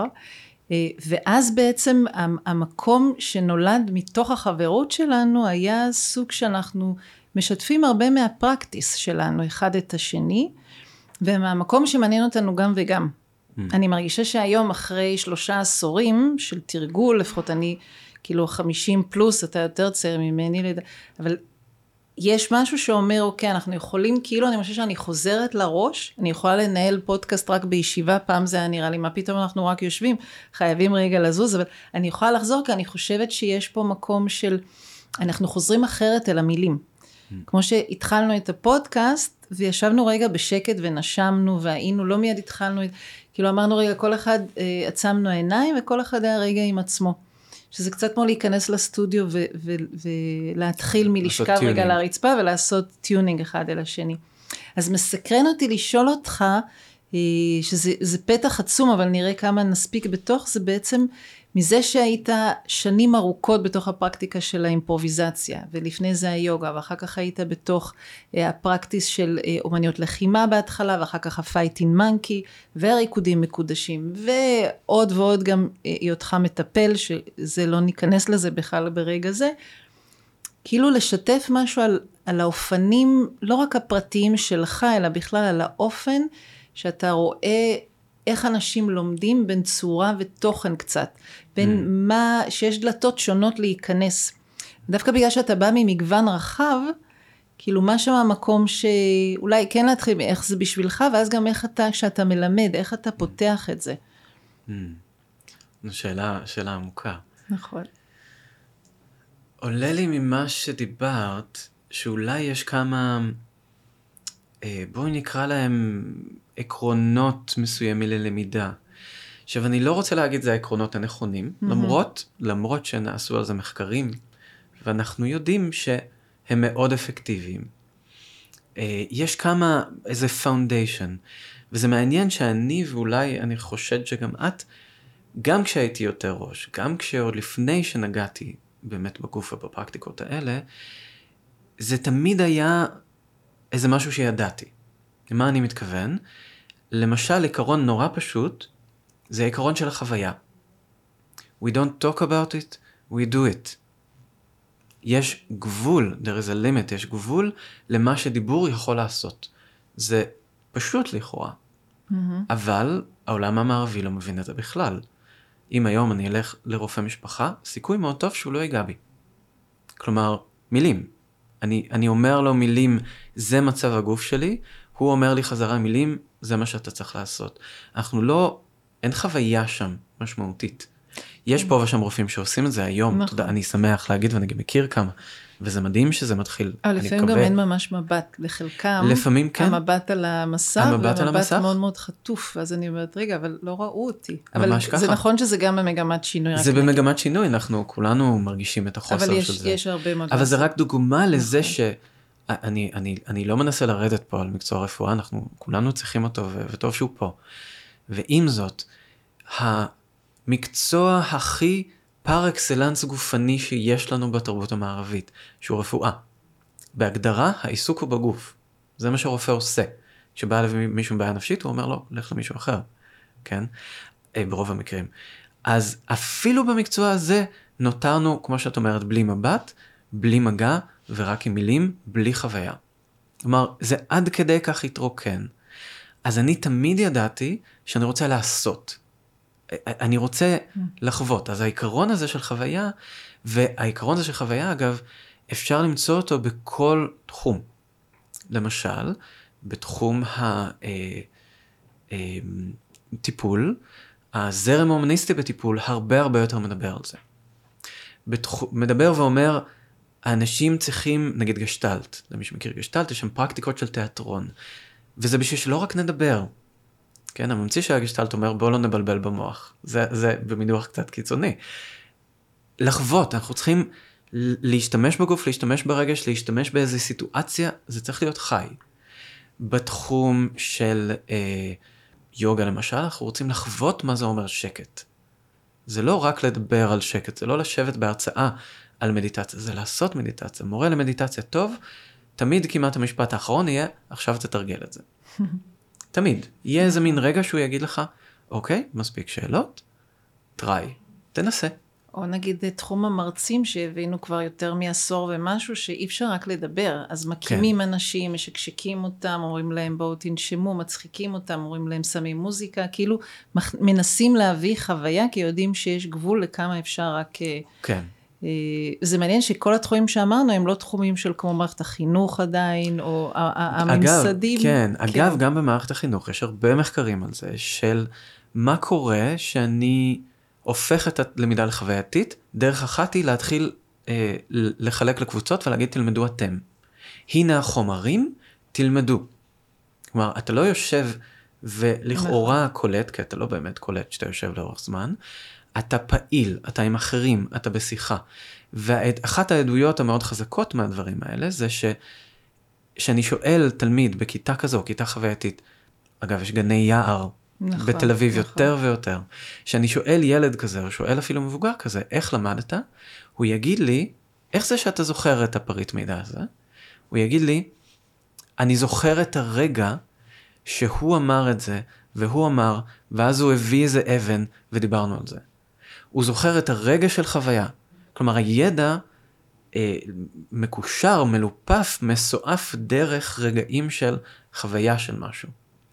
ואז בעצם המקום שנולד מתוך החברות שלנו, היה סוג שאנחנו משתפים הרבה מהפרקטיס שלנו, אחד את השני, ומהמקום שמעניין אותנו גם וגם. Mm. אני מרגישה שהיום אחרי שלושה עשורים של תרגול, לפחות אני כאילו חמישים פלוס, אתה יותר צעיר ממני, אבל יש משהו שאומר, אוקיי, אנחנו יכולים, כאילו אני חושב שאני חוזרת לראש, אני יכולה לנהל פודקאסט רק בישיבה, פעם זה היה נראה לי, מה פתאום אנחנו רק יושבים, חייבים רגע לזוז, אבל אני יכולה לחזור, כי אני חושבת שיש פה מקום של, אנחנו חוזרים אחרת אל המילים. כמו שהתחלנו את הפודקאסט, וישבנו רגע בשקט ונשמנו, והיינו, לא מיד התחלנו, כאילו אמרנו רגע, כל אחד אה, עצמנו העיניים, וכל אחד היה רגע עם עצמו. שזה קצת כמו להיכנס לסטודיו, ו- ו- ולהתחיל מלשכב רגע לרצפה, ולעשות טיונינג אחד אל השני. אז מסקרן אותי לשאול אותך, אה, שזה פתח עצום, אבל נראה כמה נספיק בתוך, זה בעצם מזה שהיית שנים ארוכות בתוך הפרקטיקה של האימפרוביזציה, ולפני זה היוגה, ואחר כך היית בתוך הפרקטיס של אומניות לחימה בהתחלה, ואחר כך הפייטינג מנקי, והריקודים מקודשים, ועוד ועוד גם היותך מטפל, שזה לא ניכנס לזה בכלל ברגע זה, כאילו לשתף משהו על, על האופנים, לא רק הפרטיים שלך, אלא בכלל על האופן שאתה רואה איך אנשים לומדים בין צורה ותוכן קצת, בין mm. מה, שיש דלתות שונות להיכנס. דווקא בגלל שאתה בא ממגוון רחב, כאילו מה שם המקום שאולי כן להתחיל איך זה בשבילך, ואז גם איך אתה, כשאתה מלמד, איך אתה פותח את זה. Mm. שאלה, שאלה עמוקה. נכון. עולה לי ממה שדיברת, שאולי יש כמה, אה, בואי נקרא להם עקרונות מסוימים ללמידה. עכשיו, אני לא רוצה להגיד זה העקרונות הנכונים, mm-hmm. למרות, למרות שנעשו על זה מחקרים, ואנחנו יודעים שהם מאוד אפקטיביים. אה, יש כמה, איזה foundation, וזה מעניין שאני, ואולי אני חושד שגם את, גם כשהייתי יותר ראש, גם כשעוד לפני שנגעתי באמת בגוף ובפרקטיקות האלה, זה תמיד היה איזה משהו שידעתי. למה אני מתכוון? למשל, עיקרון נורא פשוט, זה העיקרון של החוויה. We don't talk about it, we do it. יש גבול, there is a limit, יש גבול למה שדיבור יכול לעשות. זה פשוט לכאורה. Mm-hmm. אבל העולם המערבי לא מבין את זה בכלל. אם היום אני אלך לרופא משפחה, סיכוי מאוד טוב שהוא לא ייגע בי. כלומר, מילים. אני, אני אומר לו מילים, זה מצב הגוף שלי, הוא אומר לי חזרה מילים, זה מה שאתה צריך לעשות. אנחנו לא, אין חוויה שם משמעותית. יש פה ושם רופאים שעושים את זה היום, נכון. תודה, אני שמח להגיד ואני גם מכיר כמה, וזה מדהים שזה מתחיל. לפעמים גם אין ממש מבט לחלקם, לפעמים כן. המבט על המסך, המבט על המסך. מאוד מאוד חטוף, אז אני אומרת, רגע, אבל לא ראו אותי. ממש ככה. זה נכון שזה גם במגמת שינוי. זה במגמת שינוי, אנחנו כולנו מרגישים את החוסר אבל של יש, זה. יש הרבה מאוד. אבל זה רק דוגמה לזה ש... אני, אני, אני לא מנסה לרדת פה על מקצוע הרפואה, אנחנו כולנו צריכים אותו ו- וטוב שהוא פה. ועם זאת, המקצוע הכי פר אקסלנס גופני שיש לנו בתרבות המערבית, שהוא רפואה. בהגדרה, העיסוק הוא בגוף. זה מה שהרופא עושה. כשבא למישהו בעיה נפשית, הוא אומר לו, לך למישהו אחר. כן? ברוב המקרים. אז אפילו במקצוע הזה, נותרנו, כמו שאת אומרת, בלי מבט, בלי מגע, ורק עם מילים, בלי חוויה. כלומר, זה עד כדי כך התרוקן. אז אני תמיד ידעתי שאני רוצה לעשות. אני רוצה לחוות. אז העיקרון הזה של חוויה, והעיקרון הזה של חוויה, אגב, אפשר למצוא אותו בכל תחום. למשל, בתחום הטיפול, הזרם ההומניסטי בטיפול הרבה הרבה יותר מדבר על זה. מדבר ואומר, האנשים צריכים, נגיד גשטלט, למי שמכיר גשטלט, יש שם פרקטיקות של תיאטרון, וזה בשביל שלא רק נדבר. כן, הממציא של הגשטלט אומר, בוא לא נבלבל במוח. זה, זה במינוח קצת קיצוני. לחוות, אנחנו צריכים להשתמש בגוף, להשתמש ברגש, להשתמש באיזו סיטואציה, זה צריך להיות חי. בתחום של אה, יוגה למשל, אנחנו רוצים לחוות מה זה אומר שקט. זה לא רק לדבר על שקט, זה לא לשבת בהרצאה על מדיטציה, זה לעשות מדיטציה. מורה למדיטציה טוב, תמיד כמעט המשפט האחרון יהיה, עכשיו תתרגל את זה. תמיד. יהיה איזה מין רגע שהוא יגיד לך, אוקיי, מספיק שאלות, טריי, תנסה. או נגיד תחום המרצים שהבינו כבר יותר מעשור ומשהו שאי אפשר רק לדבר, אז מקימים כן. אנשים, משקשקים אותם, אומרים להם בואו תנשמו, מצחיקים אותם, אומרים להם שמים מוזיקה, כאילו מנסים להביא חוויה, כי יודעים שיש גבול לכמה אפשר רק... כן. זה מעניין שכל התחומים שאמרנו הם לא תחומים של כמו מערכת החינוך עדיין, או הממסדים. אגב, כן, אגב, גם במערכת החינוך יש הרבה מחקרים על זה, של מה קורה שאני הופך את הלמידה לחווייתית, דרך אחת היא להתחיל אה, לחלק לקבוצות ולהגיד תלמדו אתם. הנה החומרים, תלמדו. כלומר, אתה לא יושב ולכאורה קולט, כי אתה לא באמת קולט שאתה יושב לאורך זמן, אתה פעיל, אתה עם אחרים, אתה בשיחה. ואחת העדויות המאוד חזקות מהדברים האלה, זה ש... שאני שואל תלמיד בכיתה כזו, כיתה חווייתית, אגב, יש גני יער נכון, בתל אביב נכון. יותר ויותר, שאני שואל ילד כזה, או שואל אפילו מבוגר כזה, איך למדת? הוא יגיד לי, איך זה שאתה זוכר את הפריט מידע הזה? הוא יגיד לי, אני זוכר את הרגע שהוא אמר את זה, והוא אמר, ואז הוא הביא איזה אבן, ודיברנו על זה. הוא זוכר את הרגע של חוויה. כלומר, הידע אה, מקושר, מלופף, מסועף דרך רגעים של חוויה של משהו.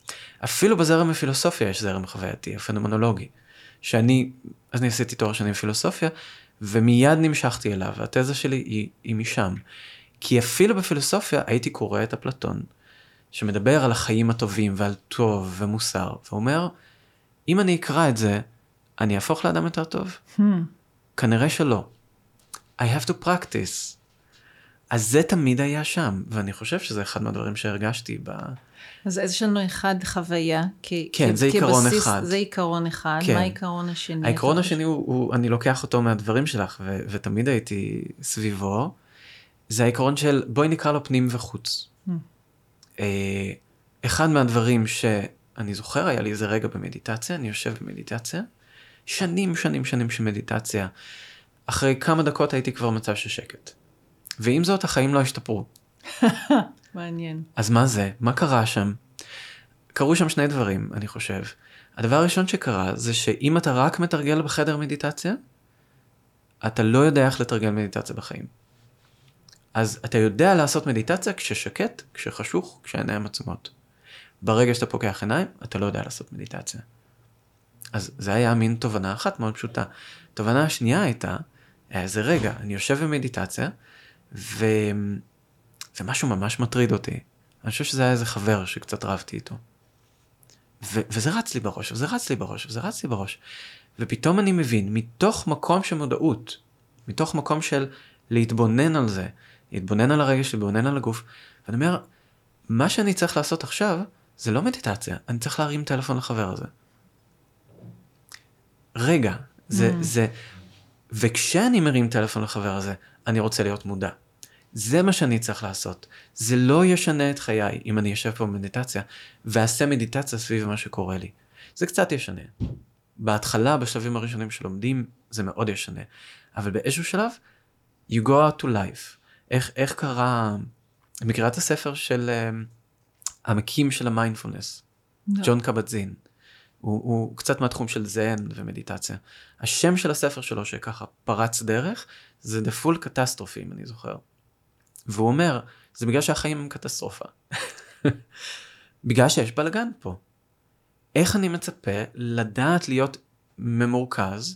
אפילו בזרם הפילוסופיה יש זרם חווייתי, הפנומנולוגי, שאני, אז אני עשיתי תואר שני בפילוסופיה, ומיד נמשכתי אליו, והתזה שלי היא, היא משם. כי אפילו בפילוסופיה הייתי קורא את אפלטון, שמדבר על החיים הטובים ועל טוב ומוסר, ואומר, אם אני אקרא את זה, אני אהפוך לאדם יותר טוב? Hmm. כנראה שלא. I have to practice. אז זה תמיד היה שם, ואני חושב שזה אחד מהדברים שהרגשתי ב... אז יש לנו אחד חוויה, כ- כן, כ- זה עיקרון כבסיס, אחד. זה עיקרון אחד, כן. מה העיקרון השני? העיקרון השני הוא, הוא, אני לוקח אותו מהדברים שלך, ו- ותמיד הייתי סביבו, זה העיקרון של בואי נקרא לו פנים וחוץ. Hmm. אה, אחד מהדברים שאני זוכר, היה לי איזה רגע במדיטציה, אני יושב במדיטציה, שנים, שנים, שנים של מדיטציה, אחרי כמה דקות הייתי כבר מצב של שקט. ועם זאת, החיים לא השתפרו. מעניין. אז מה זה? מה קרה שם? קרו שם שני דברים, אני חושב. הדבר הראשון שקרה, זה שאם אתה רק מתרגל בחדר מדיטציה, אתה לא יודע איך לתרגל מדיטציה בחיים. אז אתה יודע לעשות מדיטציה כששקט, כשחשוך, כשעיניים עצומות. ברגע שאתה פוקח עיניים, אתה לא יודע לעשות מדיטציה. אז זה היה מין תובנה אחת מאוד פשוטה. תובנה השנייה הייתה, איזה רגע, אני יושב במדיטציה, ו... ומשהו ממש מטריד אותי. אני חושב שזה היה איזה חבר שקצת רבתי איתו. ו... וזה רץ לי בראש, וזה רץ לי בראש, וזה רץ לי בראש. ופתאום אני מבין, מתוך מקום של מודעות, מתוך מקום של להתבונן על זה, להתבונן על הרגש, להתבונן על הגוף, ואני אומר, מה שאני צריך לעשות עכשיו, זה לא מדיטציה, אני צריך להרים טלפון לחבר הזה. רגע, זה, mm. זה, וכשאני מרים טלפון לחבר הזה, אני רוצה להיות מודע. זה מה שאני צריך לעשות. זה לא ישנה את חיי, אם אני יושב פה במדיטציה, ועשה מדיטציה סביב מה שקורה לי. זה קצת ישנה. בהתחלה, בשלבים הראשונים שלומדים, זה מאוד ישנה. אבל באיזשהו שלב, you go out to life. איך, איך קרה, מכירה את הספר של uh, המקים של המיינדפולנס, no. ג'ון קבט-זין. הוא, הוא קצת מהתחום של זן ומדיטציה. השם של הספר שלו שככה פרץ דרך, זה The Full Catastrophe, אם אני זוכר. והוא אומר, זה בגלל שהחיים הם קטסטרופה. בגלל שיש בלגן פה. איך אני מצפה לדעת להיות ממורכז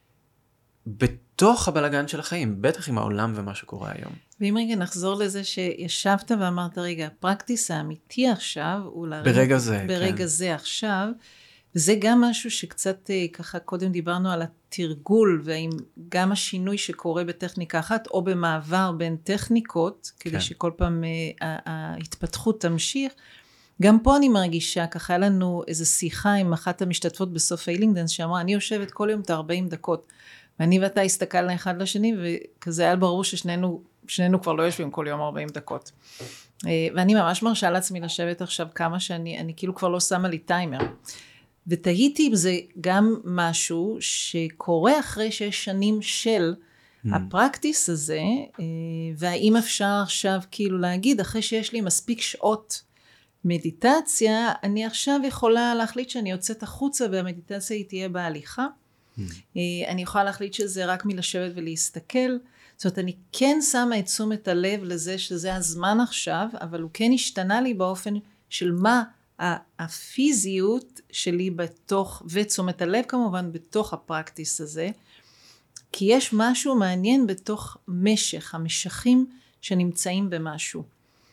בתוך הבלגן של החיים, בטח עם העולם ומה שקורה היום. ואם רגע נחזור לזה שישבת ואמרת, רגע, הפרקטיס האמיתי עכשיו, הוא להרים... ברגע זה, ברגע כן. זה עכשיו, וזה גם משהו שקצת ככה, קודם דיברנו על התרגול, והאם גם השינוי שקורה בטכניקה אחת, או במעבר בין טכניקות, כדי כן. שכל פעם ההתפתחות תמשיך, גם פה אני מרגישה, ככה היה לנו איזו שיחה עם אחת המשתתפות בסוף איילינגדנס, שאמרה, אני יושבת כל יום את ארבעים דקות, ואני ואתה הסתכלנו אחד לשני, וכזה היה ברור ששנינו שנינו כבר לא יושבים כל יום ארבעים דקות. ואני ממש מרשה לעצמי לשבת עכשיו כמה שאני, אני כאילו כבר לא שמה לי טיימר. ותהיתי אם זה גם משהו שקורה אחרי שיש שנים של הפרקטיס הזה, והאם אפשר עכשיו כאילו להגיד, אחרי שיש לי מספיק שעות מדיטציה, אני עכשיו יכולה להחליט שאני יוצאת החוצה, והמדיטציה היא תהיה בהליכה. אני יכולה להחליט שזה רק מלשבת ולהסתכל. זאת אומרת, אני כן שמה את תשומת הלב לזה שזה הזמן עכשיו, אבל הוא כן השתנה לי באופן של מה הפיזיות שלי בתוך, ותשומת הלב כמובן בתוך הפרקטיס הזה, כי יש משהו מעניין בתוך משך, המשכים שנמצאים במשהו.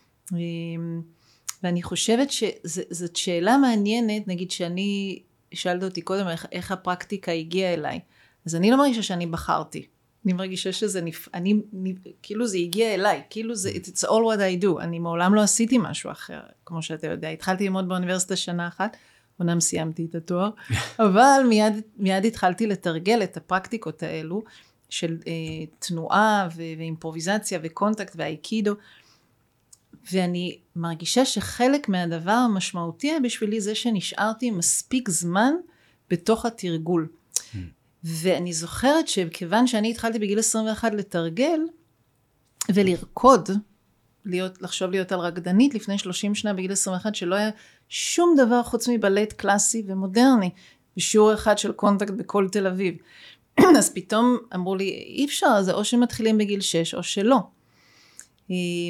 ואני חושבת שזאת שאלה מעניינת, נגיד שאני, שאלת אותי קודם איך, איך הפרקטיקה הגיעה אליי, אז אני לא מרגישה שאני בחרתי. אני מרגישה שזה, נפ... אני, כאילו זה הגיע אליי, כאילו זה, it's all what I do, אני מעולם לא עשיתי משהו אחר, כמו שאתה יודע, התחלתי ללמוד באוניברסיטה שנה אחת, אומנם סיימתי את התואר, אבל מיד, מיד התחלתי לתרגל את הפרקטיקות האלו, של אה, תנועה ו- ואימפרוביזציה וקונטקט והאיקידו, ואני מרגישה שחלק מהדבר המשמעותי בשבילי זה שנשארתי מספיק זמן בתוך התרגול. ואני זוכרת שכיוון שאני התחלתי בגיל עשרים ואחת לתרגל ולרקוד, להיות, לחשוב להיות על רקדנית לפני שלושים שנה בגיל עשרים ואחת, שלא היה שום דבר חוץ מבלט קלאסי ומודרני, בשיעור אחד של קונטקט בכל תל אביב. אז פתאום אמרו לי, אי אפשר, זה או שמתחילים בגיל שש או שלא.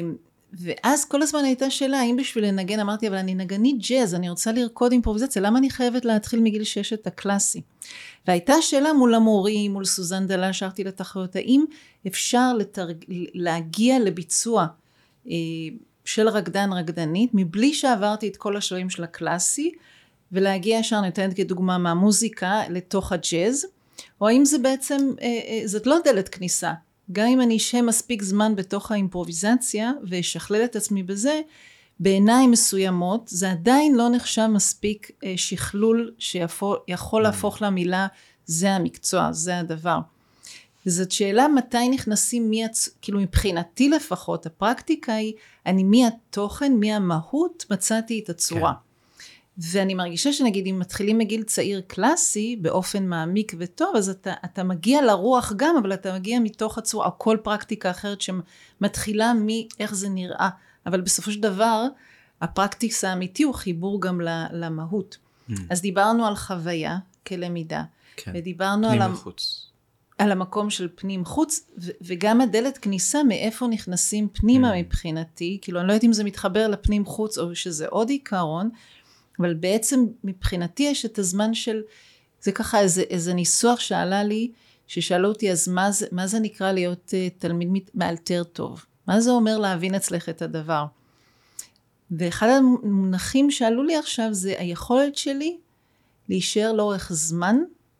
ואז כל הזמן הייתה שאלה, האם בשביל לנגן, אמרתי, אבל אני נגנית ג'אז, אני רוצה לרקוד אימפרוביזציה, למה אני חייבת להתחיל מגיל שש את הקלאסי? והייתה שאלה מול המורים, מול סוזן דלל, שרתי לתחרות, האם אפשר לתרג... להגיע לביצוע אה, של רקדן רקדנית, מבלי שעברתי את כל השלבים של הקלאסי, ולהגיע ישר, נותנת כדוגמה מהמוזיקה לתוך הג'אז, או האם זה בעצם, אה, אה, זאת לא דלת כניסה, גם אם אני אשהה מספיק זמן בתוך האימפרוביזציה, ואשכלל את עצמי בזה, בעיניים מסוימות, זה עדיין לא נחשב מספיק אה, שכלול, שיכול להפוך למילה, זה המקצוע, זה הדבר. וזאת שאלה מתי נכנסים, מי, כאילו מבחינתי לפחות, הפרקטיקה היא, אני מי התוכן, מי המהות, מצאתי את הצורה. כן. ואני מרגישה שנגיד אם מתחילים מגיל צעיר קלאסי באופן מעמיק וטוב, אז אתה, אתה מגיע לרוח גם, אבל אתה מגיע מתוך הצורה, או כל פרקטיקה אחרת שמתחילה מאיך זה נראה. אבל בסופו של דבר, הפרקטיקס האמיתי הוא חיבור גם למהות. Mm. אז דיברנו על חוויה כלמידה, כן. ודיברנו על, על המקום של פנים חוץ, ו- וגם הדלת כניסה מאיפה נכנסים פנימה mm. מבחינתי, כאילו אני לא יודעת אם זה מתחבר לפנים חוץ, או שזה עוד עיקרון, אבל בעצם מבחינתי יש את הזמן של, זה ככה איזה, איזה ניסוח שעלה לי, ששאלו אותי, אז מה זה, מה זה נקרא להיות uh, תלמיד מאלתר טוב? מה זה אומר להבין אצלך את הדבר? ואחד המונחים שעלו לי עכשיו, זה היכולת שלי להישאר לאורך זמן,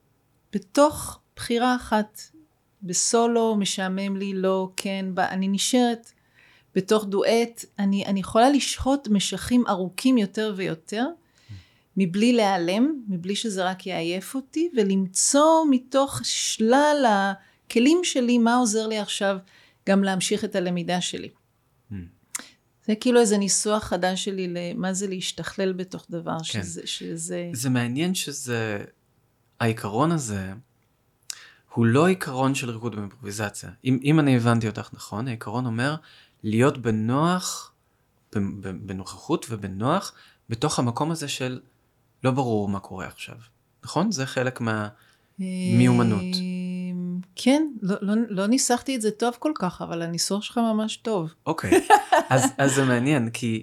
בתוך בחירה אחת, בסולו, משעמם לי, לא, כן, אני נשארת, בתוך דואט, אני, אני יכולה לשהות משכים ארוכים יותר ויותר, מבלי להיעלם, מבלי שזה רק יעייף אותי, ולמצוא מתוך שלל הכלים שלי, מה עוזר לי עכשיו גם להמשיך את הלמידה שלי. Mm. זה כאילו איזה ניסוח חדש שלי, למה זה להשתכלל בתוך דבר, כן. שזה, שזה... זה מעניין שזה, העיקרון הזה, הוא לא עיקרון של ריקוד באימפרוביזציה. אם, אם אני הבנתי אותך נכון, העיקרון אומר, להיות בנוח, בנוכחות ובנוח, בתוך המקום הזה של לא ברור מה קורה עכשיו. נכון? זה חלק מהמיומנות. כן, לא, לא, לא ניסחתי את זה טוב כל כך, אבל הניסוח שלך ממש טוב. אוקיי, אז, אז זה מעניין, כי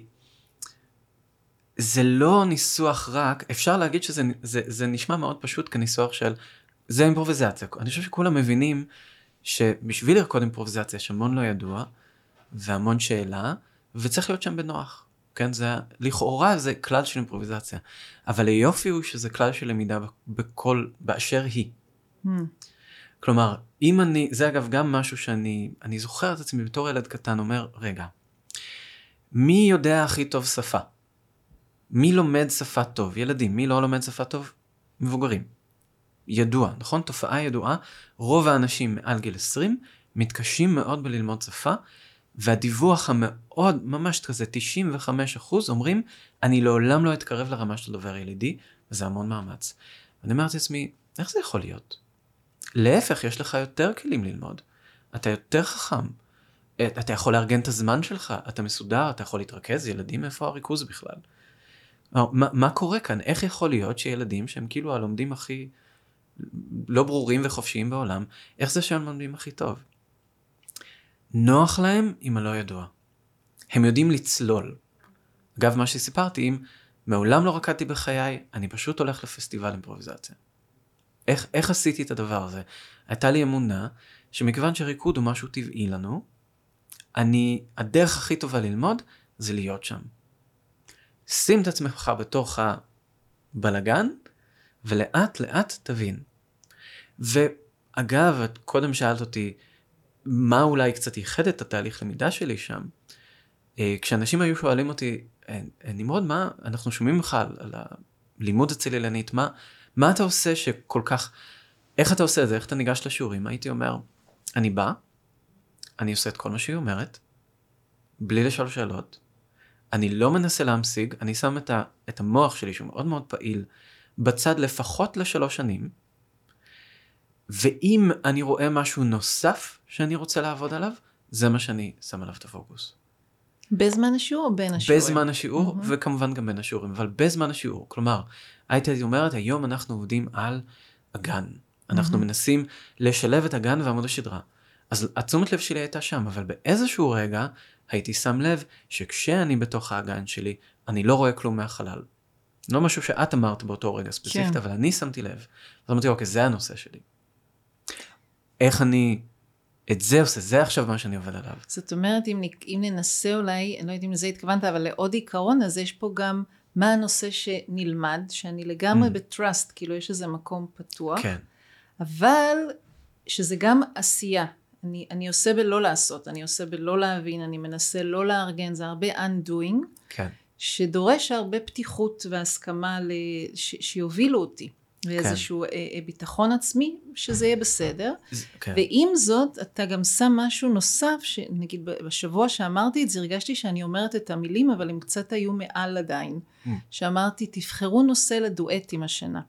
זה לא ניסוח רק, אפשר להגיד שזה זה, זה נשמע מאוד פשוט כניסוח של, זה אימפרוביזציה. אני חושב שכולם מבינים שבשביל לרקוד אימפרוביזציה יש המון לא ידוע, והמון שאלה, וצריך להיות שם בנוח. כן, זה, לכאורה זה כלל של אימפרוביזציה. אבל היופי הוא שזה כלל של למידה בכל, באשר היא. Mm. כלומר, אם אני, זה אגב גם משהו שאני, אני זוכר את עצמי בתור ילד קטן, אומר, רגע, מי יודע הכי טוב שפה? מי לומד שפה טוב? ילדים, מי לא לומד שפה טוב? מבוגרים. ידוע, נכון? תופעה ידועה. רוב האנשים מעל גיל עשרים מתקשים מאוד בללמוד שפה, והדיווח המאוד, ממש כזה, תשעים וחמישה אחוז אומרים, אני לעולם לא אתקרב לרמה של דובר ילידי, וזה המון מאמץ. אני אומרת לעצמי, איך זה יכול להיות? להפך, יש לך יותר כלים ללמוד. אתה יותר חכם. אתה יכול לארגן את הזמן שלך, אתה מסודר, אתה יכול להתרכז, ילדים, איפה הריכוז בכלל? מה, מה קורה כאן? איך יכול להיות שילדים שהם כאילו הלומדים הכי לא ברורים וחופשיים בעולם, איך זה שהם לומדים הכי טוב? נוח להם עם הלא ידוע. הם יודעים לצלול. אגב, מה שסיפרתי, אם מעולם לא רקדתי בחיי, אני פשוט הולך לפסטיבל אימפרוביזציה. איך, איך עשיתי את הדבר הזה? הייתה לי אמונה שמכיוון שריקוד הוא משהו טבעי לנו, אני, הדרך הכי טובה ללמוד זה להיות שם. שים את עצמך בתוך הבלגן, ולאט לאט תבין. ואגב, את קודם שאלת אותי, מה אולי קצת ייחד את התהליך למידה שלי שם? כשאנשים היו שואלים אותי, נמרוד, מה, אנחנו שומעים לך על, על הלימוד הצלילנית, מה, מה אתה עושה שכל כך, איך אתה עושה את זה, איך אתה ניגש לשיעורים? הייתי אומר, אני בא, אני עושה את כל מה שהיא אומרת, בלי לשאול שאלות, אני לא מנסה להמשיג, אני שם את, ה, את המוח שלי, שהוא מאוד מאוד פעיל, בצד לפחות לשלוש שנים, ואם אני רואה משהו נוסף שאני רוצה לעבוד עליו, זה מה שאני שם עליו את הפוקוס. בזמן השיעור או בין השיעורים? בזמן השיעור, mm-hmm. וכמובן גם בין השיעורים, אבל בזמן השיעור. כלומר, הייתי אומרת, היום אנחנו עובדים על הגן. אנחנו mm-hmm. מנסים לשלב את הגן ועמוד השדרה. אז התשומת לב שלי הייתה שם, אבל באיזשהו רגע, הייתי שם לב שכשאני בתוך האגן שלי, אני לא רואה כלום מהחלל. לא משהו שאת אמרת באותו רגע ספציפית, כן. אבל אני שמתי לב. אז אמרתי, אוקיי, זה הנושא שלי. איך אני את זה עושה, זה עכשיו מה שאני עובד עליו. זאת אומרת, אם, אם ננסה אולי, אני לא יודעת אם לזה התכוונת, אבל לעוד עיקרון, אז יש פה גם מה הנושא שנלמד, שאני לגמרי mm. בטרסט, כאילו יש איזה מקום פתוח. כן. אבל שזה גם עשייה. אני, אני עושה בלא לעשות, אני עושה בלא להבין, אני מנסה לא לארגן, זה הרבה undoing. כן. שדורש הרבה פתיחות והסכמה ש, שיובילו אותי. ואיזשהו כן. ביטחון עצמי, שזה יהיה בסדר. כן. ועם זאת, אתה גם שם משהו נוסף, שנגיד בשבוע שאמרתי את זה, הרגשתי שאני אומרת את המילים, אבל הם קצת היו מעל עדיין. Mm. שאמרתי, תבחרו נושא לדואטים השנה.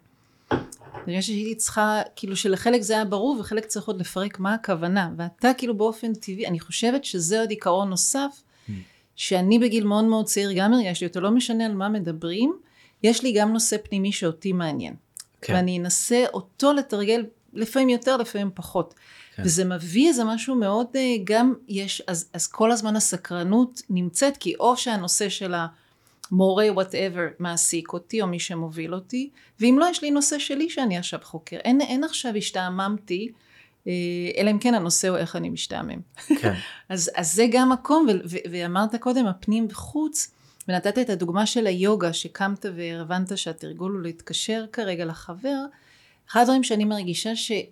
הרגשתי שהייתי צריכה, כאילו שלחלק זה היה ברור, וחלק צריך עוד לפרק מה הכוונה. ואתה כאילו באופן טבעי, אני חושבת שזה עוד עיקרון נוסף, mm. שאני בגיל מאוד מאוד צעיר גם הרגשתי אותו, לא משנה על מה מדברים, יש לי גם נושא פנימי שאותי מעניין. כן. ואני אנסה אותו לתרגל לפעמים יותר, לפעמים פחות. כן. וזה מביא איזה משהו מאוד, גם יש, אז, אז כל הזמן הסקרנות נמצאת, כי או שהנושא של המורה, whatever, מעסיק אותי, או מי שמוביל אותי, ואם לא, יש לי נושא שלי שאני עכשיו חוקר. אין, אין עכשיו השתעממתי, אלא אם כן הנושא הוא איך אני משתעמם. כן. אז, אז זה גם מקום, ו, ו, ואמרת קודם, הפנים וחוץ, ונתת את הדוגמה של היוגה, שקמת והבנת שהתרגול הוא להתקשר כרגע לחבר, אחד הדברים שאני מרגישה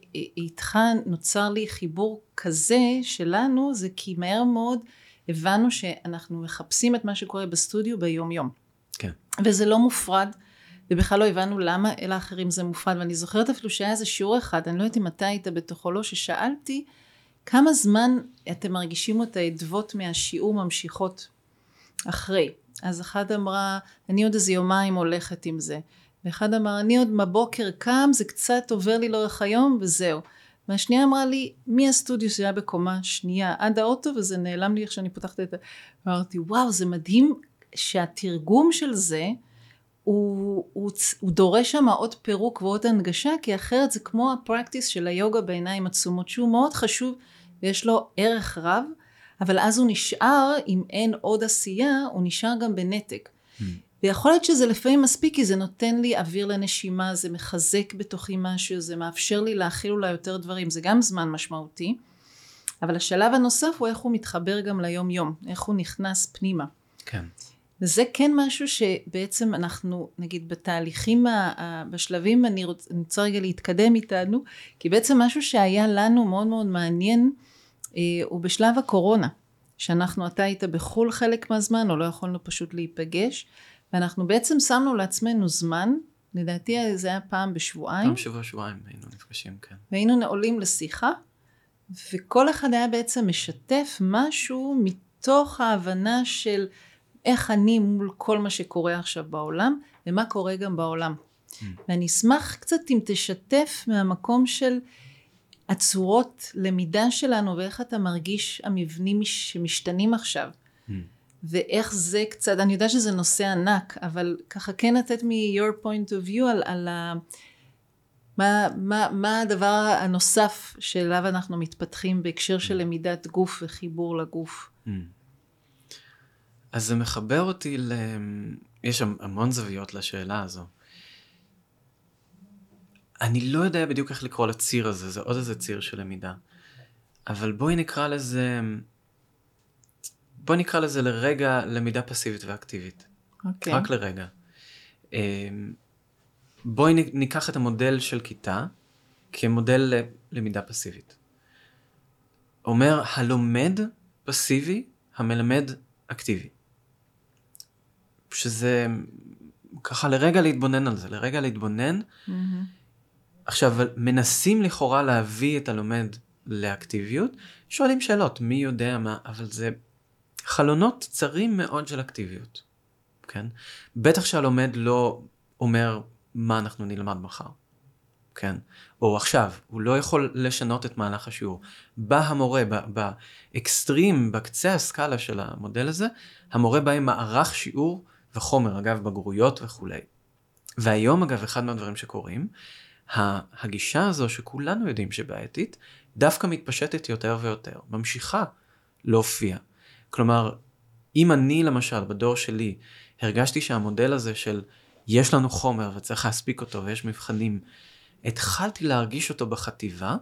שאיתך נוצר לי חיבור כזה שלנו, זה כי מהר מאוד הבנו שאנחנו מחפשים את מה שקורה בסטודיו ביום יום. כן. וזה לא מופרד, ובכלל לא הבנו למה אל האחרים זה מופרד, ואני זוכרת אפילו שהיה איזה שיעור אחד, אני לא יודעת אם אתה היית בתוכו לא, ששאלתי, כמה זמן אתם מרגישים את העדבות מהשיעור ממשיכות אחרי? אז אחד אמרה, אני עוד איזה יומיים הולכת עם זה. ואחד אמר, אני עוד בבוקר קם, זה קצת עובר לי לאורך היום, וזהו. והשנייה אמרה לי, מי הסטודיו שהיה בקומה שנייה, עד האוטו, וזה נעלם לי איך שאני פותחת את זה. ואמרתי, וואו, זה מדהים שהתרגום של זה, הוא, הוא, הוא דורש שם עוד פירוק ועוד הנגשה, כי אחרת זה כמו הפרקטיס של היוגה בעיניים עצומות, שהוא מאוד חשוב, ויש לו ערך רב, אבל אז הוא נשאר, אם אין עוד עשייה, הוא נשאר גם בנתק. Mm. ויכול להיות שזה לפעמים מספיק, כי זה נותן לי אוויר לנשימה, זה מחזק בתוכי משהו, זה מאפשר לי להכיל אולי יותר דברים, זה גם זמן משמעותי, אבל השלב הנוסף הוא איך הוא מתחבר גם ליום יום, איך הוא נכנס פנימה. כן. וזה כן משהו שבעצם אנחנו, נגיד בתהליכים, בשלבים, אני רוצה, אני רוצה רגע להתקדם איתנו, כי בעצם משהו שהיה לנו מאוד מאוד מעניין, הוא בשלב הקורונה, שאנחנו, אתה היית בחול חלק מהזמן, או לא יכולנו פשוט להיפגש, ואנחנו בעצם שמנו לעצמנו זמן, לדעתי זה היה פעם בשבועיים. פעם שבוע שבועיים היינו נפגשים, כן. והיינו נעולים לשיחה, וכל אחד היה בעצם משתף משהו מתוך ההבנה של איך אני מול כל מה שקורה עכשיו בעולם, ומה קורה גם בעולם. Mm. ואני אשמח קצת אם תשתף מהמקום של הצורות למידה שלנו, ואיך אתה מרגיש המבנים שמשתנים עכשיו. Mm. ואיך זה קצת, אני יודעת שזה נושא ענק, אבל ככה כן לתת מ-your point of view על, על ה, מה, מה, מה הדבר הנוסף שאליו אנחנו מתפתחים בהקשר של למידת גוף וחיבור לגוף. Mm. אז זה מחבר אותי ל... יש שם המון זוויות לשאלה הזו. אני לא יודע בדיוק איך לקרוא לציר הזה, זה עוד איזה ציר של למידה. אבל בואי נקרא לזה... בואי נקרא לזה לרגע למידה פסיבית ואקטיבית. אוקיי. רק לרגע. בואי ניקח את המודל של כיתה כמודל למידה פסיבית. אומר, הלומד פסיבי, המלמד אקטיבי. שזה ככה לרגע להתבונן על זה, לרגע להתבונן. Mm-hmm. עכשיו, מנסים לכאורה להביא את הלומד לאקטיביות, שואלים שאלות, מי יודע מה, אבל זה חלונות צרים מאוד של אקטיביות, כן? בטח שהלומד לא אומר מה אנחנו נלמד מחר, כן? או עכשיו, הוא לא יכול לשנות את מהלך השיעור. בא המורה, באקסטרים, בקצה הסקאלה של המודל הזה, המורה בא עם מערך שיעור וחומר, אגב, בגרויות וכו'. והיום, אגב, אחד מהדברים שקורים, הגישה הזו שכולנו יודעים שבעייתית, דווקא מתפשטת יותר ויותר, ממשיכה להופיע. כלומר, אם אני למשל בדור שלי הרגשתי שהמודל הזה של יש לנו חומר וצריך להספיק אותו ויש מבחנים, התחלתי להרגיש אותו בחטיבה,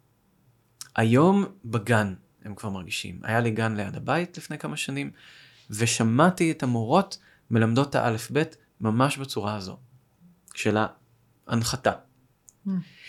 היום בגן הם כבר מרגישים. היה לי גן ליד הבית לפני כמה שנים, ושמעתי את המורות מלמדות את האלף בית ממש בצורה הזו, של ההנחתה. Mm.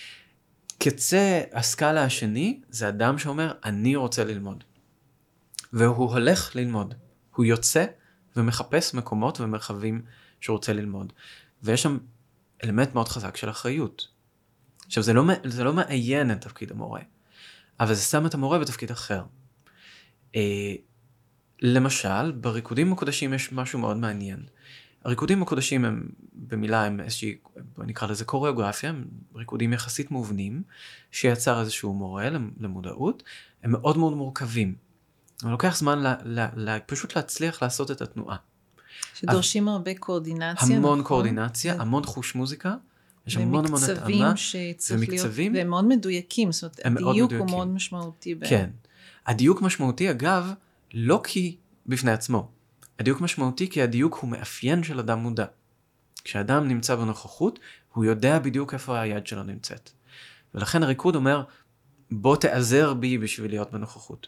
קצה הסקאלה השני, זה אדם שאומר, אני רוצה ללמוד. והוא הולך ללמוד. הוא יוצא ומחפש מקומות ומרחבים שהוא רוצה ללמוד. ויש שם אלמנט מאוד חזק של אחריות. עכשיו, זה לא, זה לא מעיין את תפקיד המורה, אבל זה שם את המורה בתפקיד אחר. אה, למשל, בריקודים מקודשים יש משהו מאוד מעניין. הריקודים מקודשים הם, במילה, הם איזושהי, בוא נקרא לזה קוריאוגרפיה, הם ריקודים יחסית מובנים, שיצר איזשהו מורה למודעות, הם מאוד מאוד מורכבים. אבל לוקח זמן ל, ל, ל, פשוט להצליח לעשות את התנועה. שדורשים הרבה קואורדינציה, המון נכון? קואורדינציה, המון חוש מוזיקה, יש המון המון התאמה. ומקצבים שצריך להיות, והם מאוד מדויקים, זאת אומרת, הדיוק הוא מאוד משמעותי. כן. הדיוק משמעותי, אגב, לא כי בפני עצמו. הדיוק משמעותי כי הדיוק הוא מאפיין של אדם מודע. כשאדם נמצא בנוכחות, הוא יודע בדיוק איפה היד שלו נמצאת. ולכן הריקוד אומר, בוא תעזר בי בשביל להיות בנוכחות.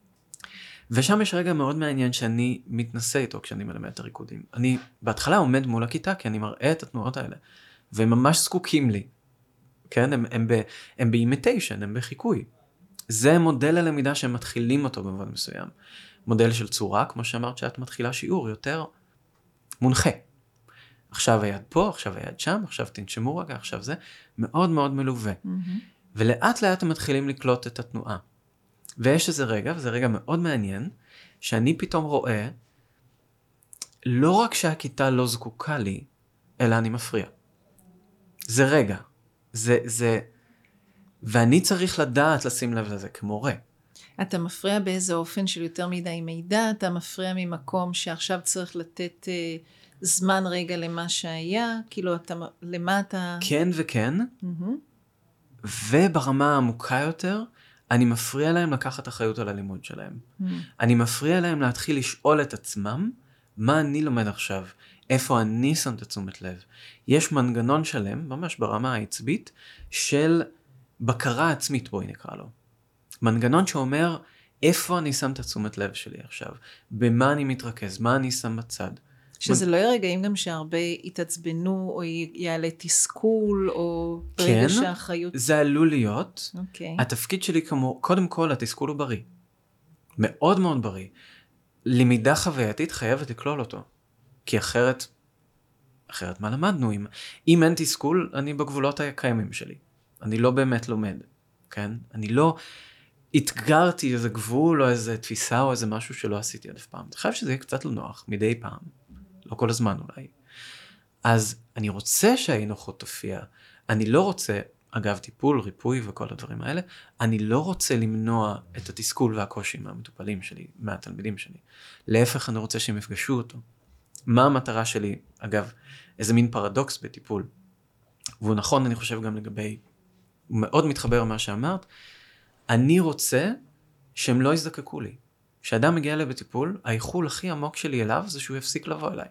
ושם יש רגע מאוד מעניין שאני מתנסה איתו כשאני מלמד את הריקודים. אני בהתחלה עומד מול הכיתה כי אני מראה את התנועות האלה. והם ממש זקוקים לי. כן? הם, הם, ב, הם באימיטיישן, הם בחיקוי. זה מודל הלמידה שהם מתחילים אותו במובן מסוים. מודל של צורה, כמו שאמרת שאת מתחילה שיעור, יותר מונחה. עכשיו היד פה, עכשיו היד שם, עכשיו תנשמו רגע, עכשיו זה. מאוד מאוד מלווה. Mm-hmm. ולאט לאט הם מתחילים לקלוט את התנועה. ויש איזה רגע, וזה רגע מאוד מעניין, שאני פתאום רואה, לא רק שהכיתה לא זקוקה לי, אלא אני מפריע. זה רגע. זה, זה, ואני צריך לדעת לשים לב לזה כמורה. אתה מפריע באיזה אופן של יותר מדי מידע, אתה מפריע ממקום שעכשיו צריך לתת אה, זמן רגע למה שהיה, כאילו אתה, למה אתה... כן וכן, mm-hmm. וברמה העמוקה יותר, אני מפריע להם לקחת אחריות על הלימוד שלהם. Mm-hmm. אני מפריע להם להתחיל לשאול את עצמם, מה אני לומד עכשיו, איפה אני שם את תשומת לב. יש מנגנון שלם, ממש ברמה העצבית, של בקרה עצמית, בואי נקרא לו. מנגנון שאומר, איפה אני שם את תשומת לב שלי עכשיו, במה אני מתרכז, מה אני שם בצד. שזה לא ירגעים גם שהרבה יתעצבנו, או יעלה תסכול, או ברגע שהאחריות... כן, זה עלול להיות. אוקיי. התפקיד שלי כמו, קודם כל, התסכול הוא בריא. מאוד מאוד בריא. למידה חווייתית חייבת לכלול אותו. כי אחרת, אחרת מה למדנו? אם, אם אין תסכול, אני בגבולות הקיימים שלי. אני לא באמת לומד. כן? אני לא התגרתי איזה גבול, או איזה תפיסה, או איזה משהו שלא עשיתי עד אף פעם. אני חייב שזה יהיה קצת לא נוח, מדי פעם. לא כל הזמן אולי. אז אני רוצה שהאי-נוחות תופיע. אני לא רוצה, אגב, טיפול, ריפוי וכל הדברים האלה, אני לא רוצה למנוע את התסכול והקושי מהמטופלים שלי, מהתלמידים שלי. להפך, אני רוצה שהם יפגשו אותו. מה המטרה שלי? אגב, איזה מין פרדוקס בטיפול. והוא נכון, אני חושב גם לגבי, הוא מאוד מתחבר למה שאמרת, אני רוצה שהם לא יזדקקו לי. כשאדם מגיע אליי בטיפול, האיחול הכי עמוק שלי אליו זה שהוא יפסיק לבוא אליי.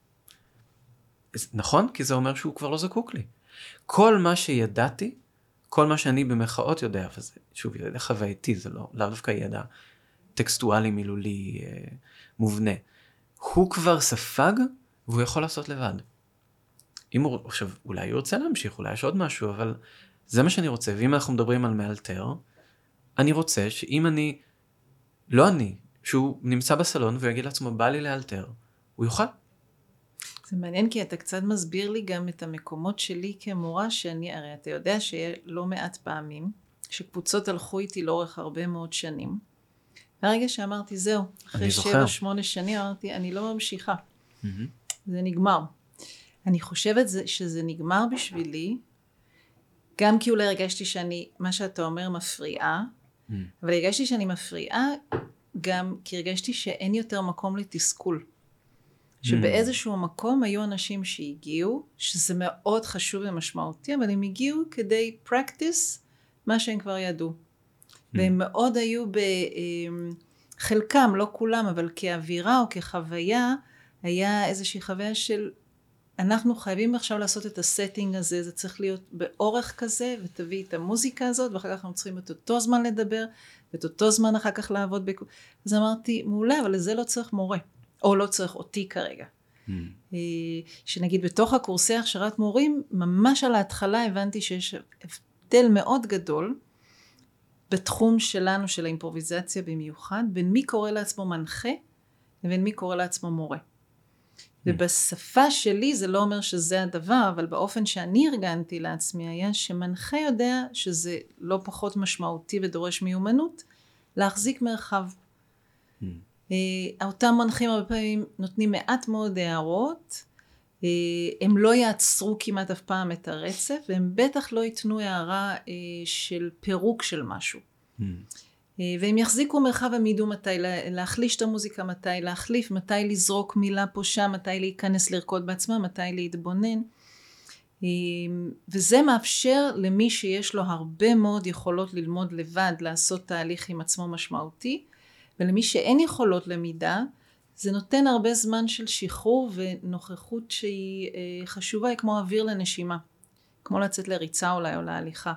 נכון? כי זה אומר שהוא כבר לא זקוק לי. כל מה שידעתי, כל מה שאני במחאות יודע, וזה, שוב, ידע חווייתי, זה לא, לא דווקא ידע טקסטואלי, מילולי, אה, מובנה. הוא כבר ספג, והוא יכול לעשות לבד. אם הוא, עכשיו, אולי הוא רוצה להמשיך, אולי יש עוד משהו, אבל זה מה שאני רוצה. ואם אנחנו מדברים על מאלתר, אני רוצה שאם אני, לא אני, שהוא נמצא בסלון ויגיד לעצמו, בא לי לאלתר, הוא יוכל. זה מעניין כי אתה קצת מסביר לי גם את המקומות שלי כמורה, שאני, הרי אתה יודע שיהיה לא מעט פעמים, שקבוצות הלכו איתי לאורך הרבה מאוד שנים. הרגע שאמרתי, זהו, אחרי שבע, שמונה שנים, אמרתי, אני לא ממשיכה. Mm-hmm. זה נגמר. אני חושבת שזה נגמר בשבילי, גם כי אולי הרגשתי שאני, מה שאתה אומר, מפריעה, mm. אבל הרגשתי שאני מפריעה, גם כי הרגשתי שאין יותר מקום לתסכול. שבאיזשהו מקום היו אנשים שהגיעו, שזה מאוד חשוב ומשמעותי, אבל הם הגיעו כדי practice מה שהם כבר ידעו. והם מאוד היו חלקם, לא כולם, אבל כאווירה או כחוויה, היה איזושהי חוויה של, אנחנו חייבים עכשיו לעשות את הסטינג הזה, זה צריך להיות באורך כזה, ותביא את המוזיקה הזאת, ואחר כך אנחנו צריכים את אותו זמן לדבר, ואת אותו זמן אחר כך לעבוד. בק... אז אמרתי, מעולה, אבל לזה לא צריך מורה, או לא צריך אותי כרגע. Mm. שנגיד בתוך הקורסי הכשרת מורים, ממש על ההתחלה הבנתי שיש הבדל מאוד גדול, בתחום שלנו, של האימפרוביזציה במיוחד, בין מי קורא לעצמו מנחה, לבין מי קורא לעצמו מורה. ובשפה שלי זה לא אומר שזה הדבר, אבל באופן שאני ארגנתי לעצמי היה שמנחה יודע שזה לא פחות משמעותי ודורש מיומנות, להחזיק מרחב. אותם מנחים הרבה פעמים נותנים מעט מאוד הערות, הם לא יעצרו כמעט אף פעם את הרצף, והם בטח לא ייתנו הערה של פירוק של משהו. והם יחזיקו מרחב, הם ידעו מתי להחליש את המוזיקה, מתי להחליף, מתי לזרוק מילה פה שם, מתי להיכנס לרקוד בעצמה, מתי להתבונן. וזה מאפשר למי שיש לו הרבה מאוד יכולות ללמוד לבד, לעשות תהליך עם עצמו משמעותי, ולמי שאין יכולות למידה, זה נותן הרבה זמן של שחרור ונוכחות שהיא חשובה, היא כמו אוויר לנשימה, כמו לצאת לריצה אולי או להליכה.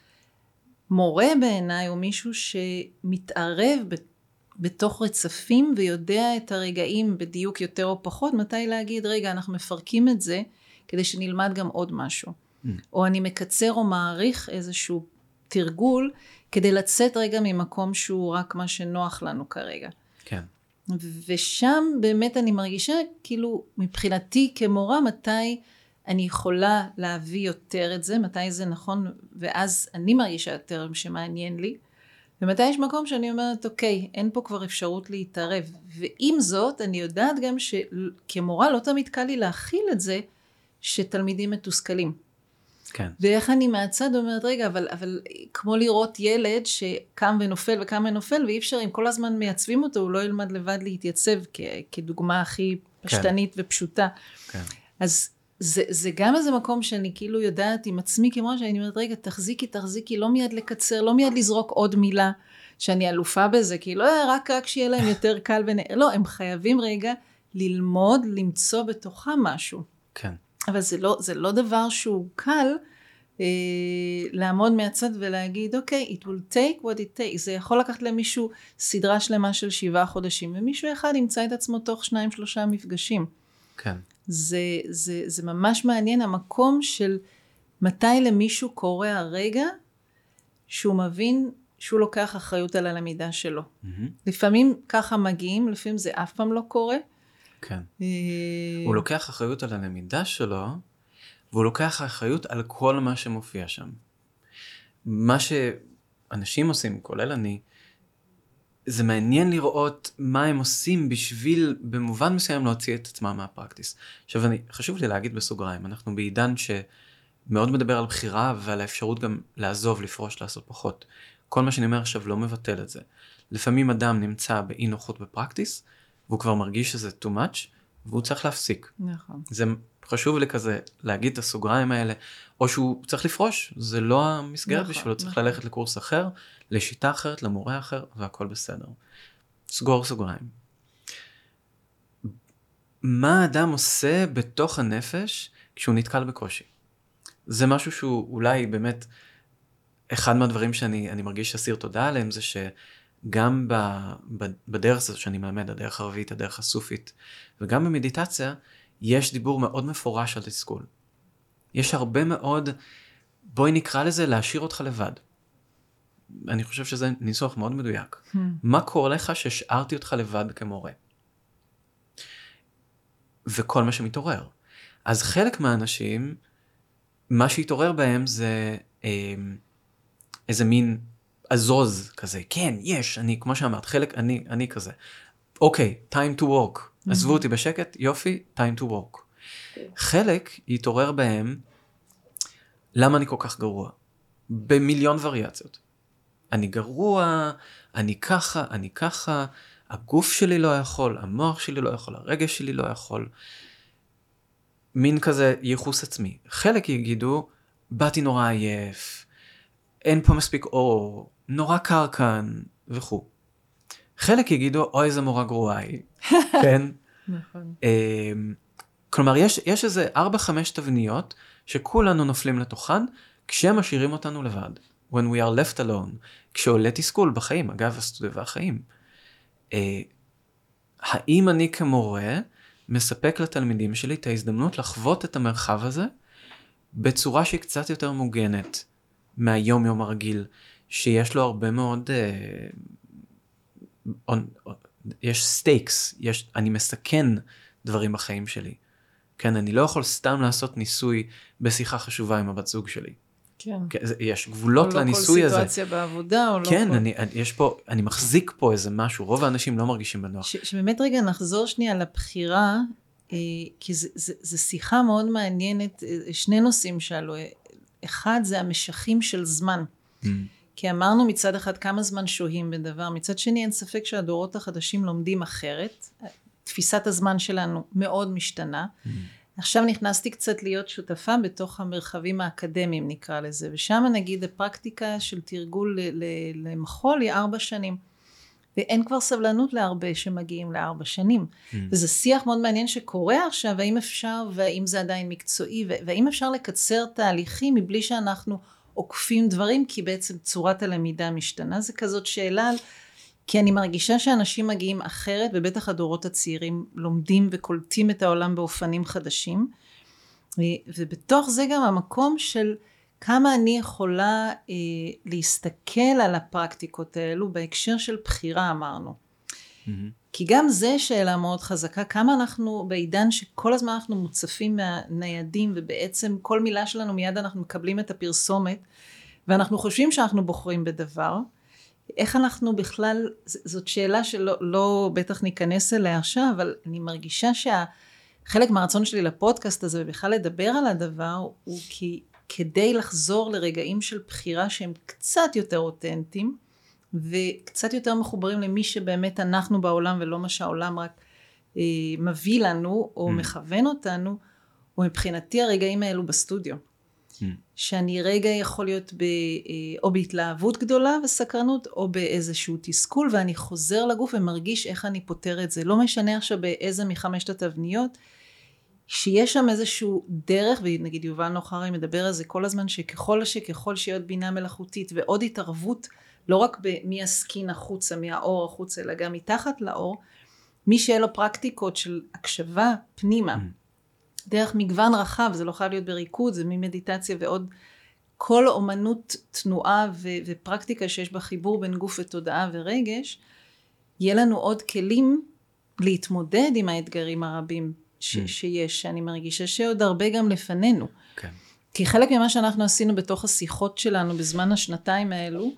מורה בעיניי הוא מישהו שמתערב בתוך רצפים ויודע את הרגעים בדיוק יותר או פחות, מתי להגיד, רגע, אנחנו מפרקים את זה כדי שנלמד גם עוד משהו. Mm. או אני מקצר או מעריך איזשהו תרגול כדי לצאת רגע ממקום שהוא רק מה שנוח לנו כרגע. כן. ושם באמת אני מרגישה כאילו מבחינתי כמורה מתי אני יכולה להביא יותר את זה, מתי זה נכון, ואז אני מרגישה יותר שמעניין לי, ומתי יש מקום שאני אומרת, אוקיי, אין פה כבר אפשרות להתערב, ועם זאת אני יודעת גם שכמורה לא תמיד קל לי להכיל את זה, שתלמידים מתוסכלים. כן. ואיך אני מהצד אומרת, רגע, אבל, אבל כמו לראות ילד שקם ונופל וקם ונופל, ואי אפשר, אם כל הזמן מייצבים אותו, הוא לא ילמד לבד להתייצב, כ- כדוגמה הכי פשטנית כן. ופשוטה. כן. אז זה, זה גם איזה מקום שאני כאילו יודעת עם עצמי כמו שאני אומרת, רגע, תחזיקי, תחזיקי, לא מיד לקצר, לא מיד לזרוק עוד מילה, שאני אלופה בזה, כי לא רק רק שיהיה להם יותר קל, ונ... לא, הם חייבים רגע ללמוד, למצוא בתוכה משהו. כן. אבל זה לא, זה לא דבר שהוא קל, אה, לעמוד מהצד ולהגיד, אוקיי, it will take what it takes. זה יכול לקחת למישהו סדרה שלמה של שבעה חודשים, ומישהו אחד ימצא את עצמו תוך שניים, שלושה מפגשים. כן. זה, זה, זה ממש מעניין, המקום של מתי למישהו קורה הרגע, שהוא מבין שהוא לוקח אחריות על הלמידה שלו. Mm-hmm. לפעמים ככה מגיעים, לפעמים זה אף פעם לא קורה. כן. הוא לוקח אחריות על הלמידה שלו, והוא לוקח אחריות על כל מה שמופיע שם. מה שאנשים עושים, כולל אני, זה מעניין לראות מה הם עושים בשביל במובן מסוים להוציא את עצמם מהפרקטיס. עכשיו, אני, חשוב לי להגיד בסוגריים, אנחנו בעידן שמאוד מדבר על בחירה ועל האפשרות גם לעזוב, לפרוש, לעשות פחות. כל מה שאני אומר עכשיו לא מבטל את זה. לפעמים אדם נמצא באי נוחות בפרקטיס, והוא כבר מרגיש שזה too much, והוא צריך להפסיק. נכון. זה חשוב לי כזה להגיד את הסוגריים האלה, או שהוא צריך לפרוש, זה לא המסגרת נכון, בשבילו, צריך נכון. ללכת לקורס אחר, לשיטה אחרת, למורה אחר, והכל בסדר. סגור סוגריים. מה האדם עושה בתוך הנפש כשהוא נתקל בקושי? זה משהו שהוא אולי באמת, אחד מהדברים שאני אני מרגיש אסיר תודה עליהם, זה שגם ב, ב, בדרך הזאת שאני מלמד, הדרך הרביעית, הדרך הסופית, וגם במדיטציה, יש דיבור מאוד מפורש על תסכול. יש הרבה מאוד, בואי נקרא לזה, להשאיר אותך לבד. אני חושב שזה ניסוח מאוד מדויק. Hmm. מה קורה לך ששארתי אותך לבד כמורה? וכל מה שמתעורר. אז חלק מהאנשים, מה שהתעורר בהם זה אה, איזה מין עזוז כזה. כן, יש, אני, כמו שאמרת, חלק, אני, אני כזה. אוקיי, time to walk. Mm-hmm. עזבו אותי בשקט, יופי, time to walk. Okay. חלק יתעורר בהם, למה אני כל כך גרוע? במיליון וריאציות. אני גרוע, אני ככה, אני ככה, הגוף שלי לא יכול, המוח שלי לא יכול, הרגש שלי לא יכול. מין כזה ייחוס עצמי. חלק יגידו, באתי נורא עייף, אין פה מספיק אור, נורא קר כאן, וכו'. חלק יגידו, אוי, איזה מורה גרועה היא. כן? נכון. כלומר, יש, יש איזה ארבע, חמש תבניות שכולנו נופלים לתוכן, כשהם משאירים אותנו לבד. When we are left alone. כשעולה תסכול בחיים, אגב, הסטודנט והחיים. אה, האם אני כמורה מספק לתלמידים שלי את ההזדמנות לחוות את המרחב הזה, בצורה שהיא קצת יותר מוגנת מהיום יום הרגיל, שיש לו הרבה מאוד, אה, on, יש סטייקס, יש, אני מסכן דברים בחיים שלי. כן, אני לא יכול סתם לעשות ניסוי בשיחה חשובה עם הבת זוג שלי. כן. יש גבולות לניסוי הזה. או לא כל סיטואציה בעבודה, או לא כן, כל... אני, יש פה, אני מחזיק פה איזה משהו, רוב האנשים לא מרגישים בנוח. ש, שבאמת רגע נחזור שנייה לבחירה, אה, כי זה, זה, זה שיחה מאוד מעניינת, שני נושאים שעלו, אחד זה המשכים של זמן, mm. כי אמרנו מצד אחד כמה זמן שוהים בדבר, מצד שני אין ספק שהדורות החדשים לומדים אחרת, תפיסת הזמן שלנו מאוד משתנה, mm. עכשיו נכנסתי קצת להיות שותפה בתוך המרחבים האקדמיים נקרא לזה, ושם נגיד הפרקטיקה של תרגול למחול היא ארבע שנים, ואין כבר סבלנות להרבה שמגיעים לארבע שנים, mm. וזה שיח מאוד מעניין שקורה עכשיו, האם אפשר והאם זה עדיין מקצועי, והאם אפשר לקצר תהליכים מבלי שאנחנו עוקפים דברים, כי בעצם צורת הלמידה משתנה, זה כזאת שאלה, כי אני מרגישה שאנשים מגיעים אחרת, ובטח הדורות הצעירים לומדים וקולטים את העולם באופנים חדשים, ובתוך זה גם המקום של כמה אני יכולה אה, להסתכל על הפרקטיקות האלו, בהקשר של בחירה אמרנו. Mm-hmm. כי גם זה שאלה מאוד חזקה, כמה אנחנו בעידן שכל הזמן אנחנו מוצפים מהניידים, ובעצם כל מילה שלנו מיד אנחנו מקבלים את הפרסומת, ואנחנו חושבים שאנחנו בוחרים בדבר, איך אנחנו בכלל, זאת שאלה שלא לא בטח ניכנס אליה עכשיו, אבל אני מרגישה שהחלק מהרצון שלי לפודקאסט הזה, ובכלל לדבר על הדבר, הוא כי כדי לחזור לרגעים של בחירה שהם קצת יותר אותנטיים, וקצת יותר מחוברים למי שבאמת אנחנו בעולם, ולא מה שהעולם רק אה, מביא לנו, או mm. מכוון אותנו, ומבחינתי הרגעים האלו בסטודיו. Mm. שאני רגע יכול להיות ב, או בהתלהבות גדולה וסקרנות, או באיזשהו תסכול, ואני חוזר לגוף ומרגיש איך אני פותר את זה. לא משנה עכשיו באיזה מחמשת התבניות, שיש שם איזשהו דרך, ונגיד יובל נוח הררי מדבר על זה כל הזמן, שככל שככל שיהיה עוד בינה מלאכותית, ועוד התערבות, לא רק במי הסכין החוצה, מהאור החוצה, אלא גם מתחת לאור, מי שיהיה לו פרקטיקות של הקשבה פנימה, mm. דרך מגוון רחב, זה לא חייב להיות בריקוד, זה ממדיטציה ועוד, כל אומנות תנועה ו- ופרקטיקה שיש בה חיבור בין גוף ותודעה ורגש, יהיה לנו עוד כלים להתמודד עם האתגרים הרבים ש- mm. שיש, שאני מרגישה שעוד הרבה גם לפנינו. Okay. כי חלק ממה שאנחנו עשינו בתוך השיחות שלנו בזמן השנתיים האלו,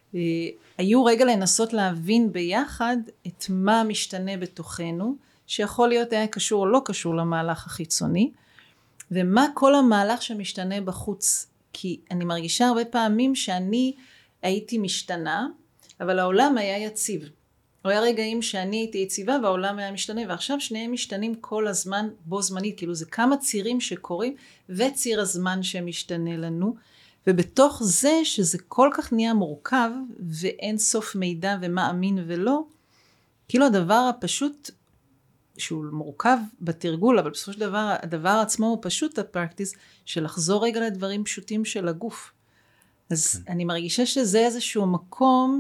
היו רגע לנסות להבין ביחד את מה משתנה בתוכנו, שיכול להיות היה קשור או לא קשור למהלך החיצוני, ומה כל המהלך שמשתנה בחוץ. כי אני מרגישה הרבה פעמים שאני הייתי משתנה, אבל העולם היה יציב. או היה רגעים שאני הייתי יציבה והעולם היה משתנה, ועכשיו שניהם משתנים כל הזמן בו זמנית, כאילו זה כמה צירים שקורים, וציר הזמן שמשתנה לנו, ובתוך זה שזה כל כך נהיה מורכב, ואין סוף מידע ומה אמין ולא, כאילו הדבר הפשוט, שהוא מורכב בתרגול, אבל בסופו של דבר, הדבר עצמו הוא פשוט הפרקטיס, של לחזור רגע לדברים פשוטים של הגוף. אז כן. אני מרגישה שזה איזשהו מקום,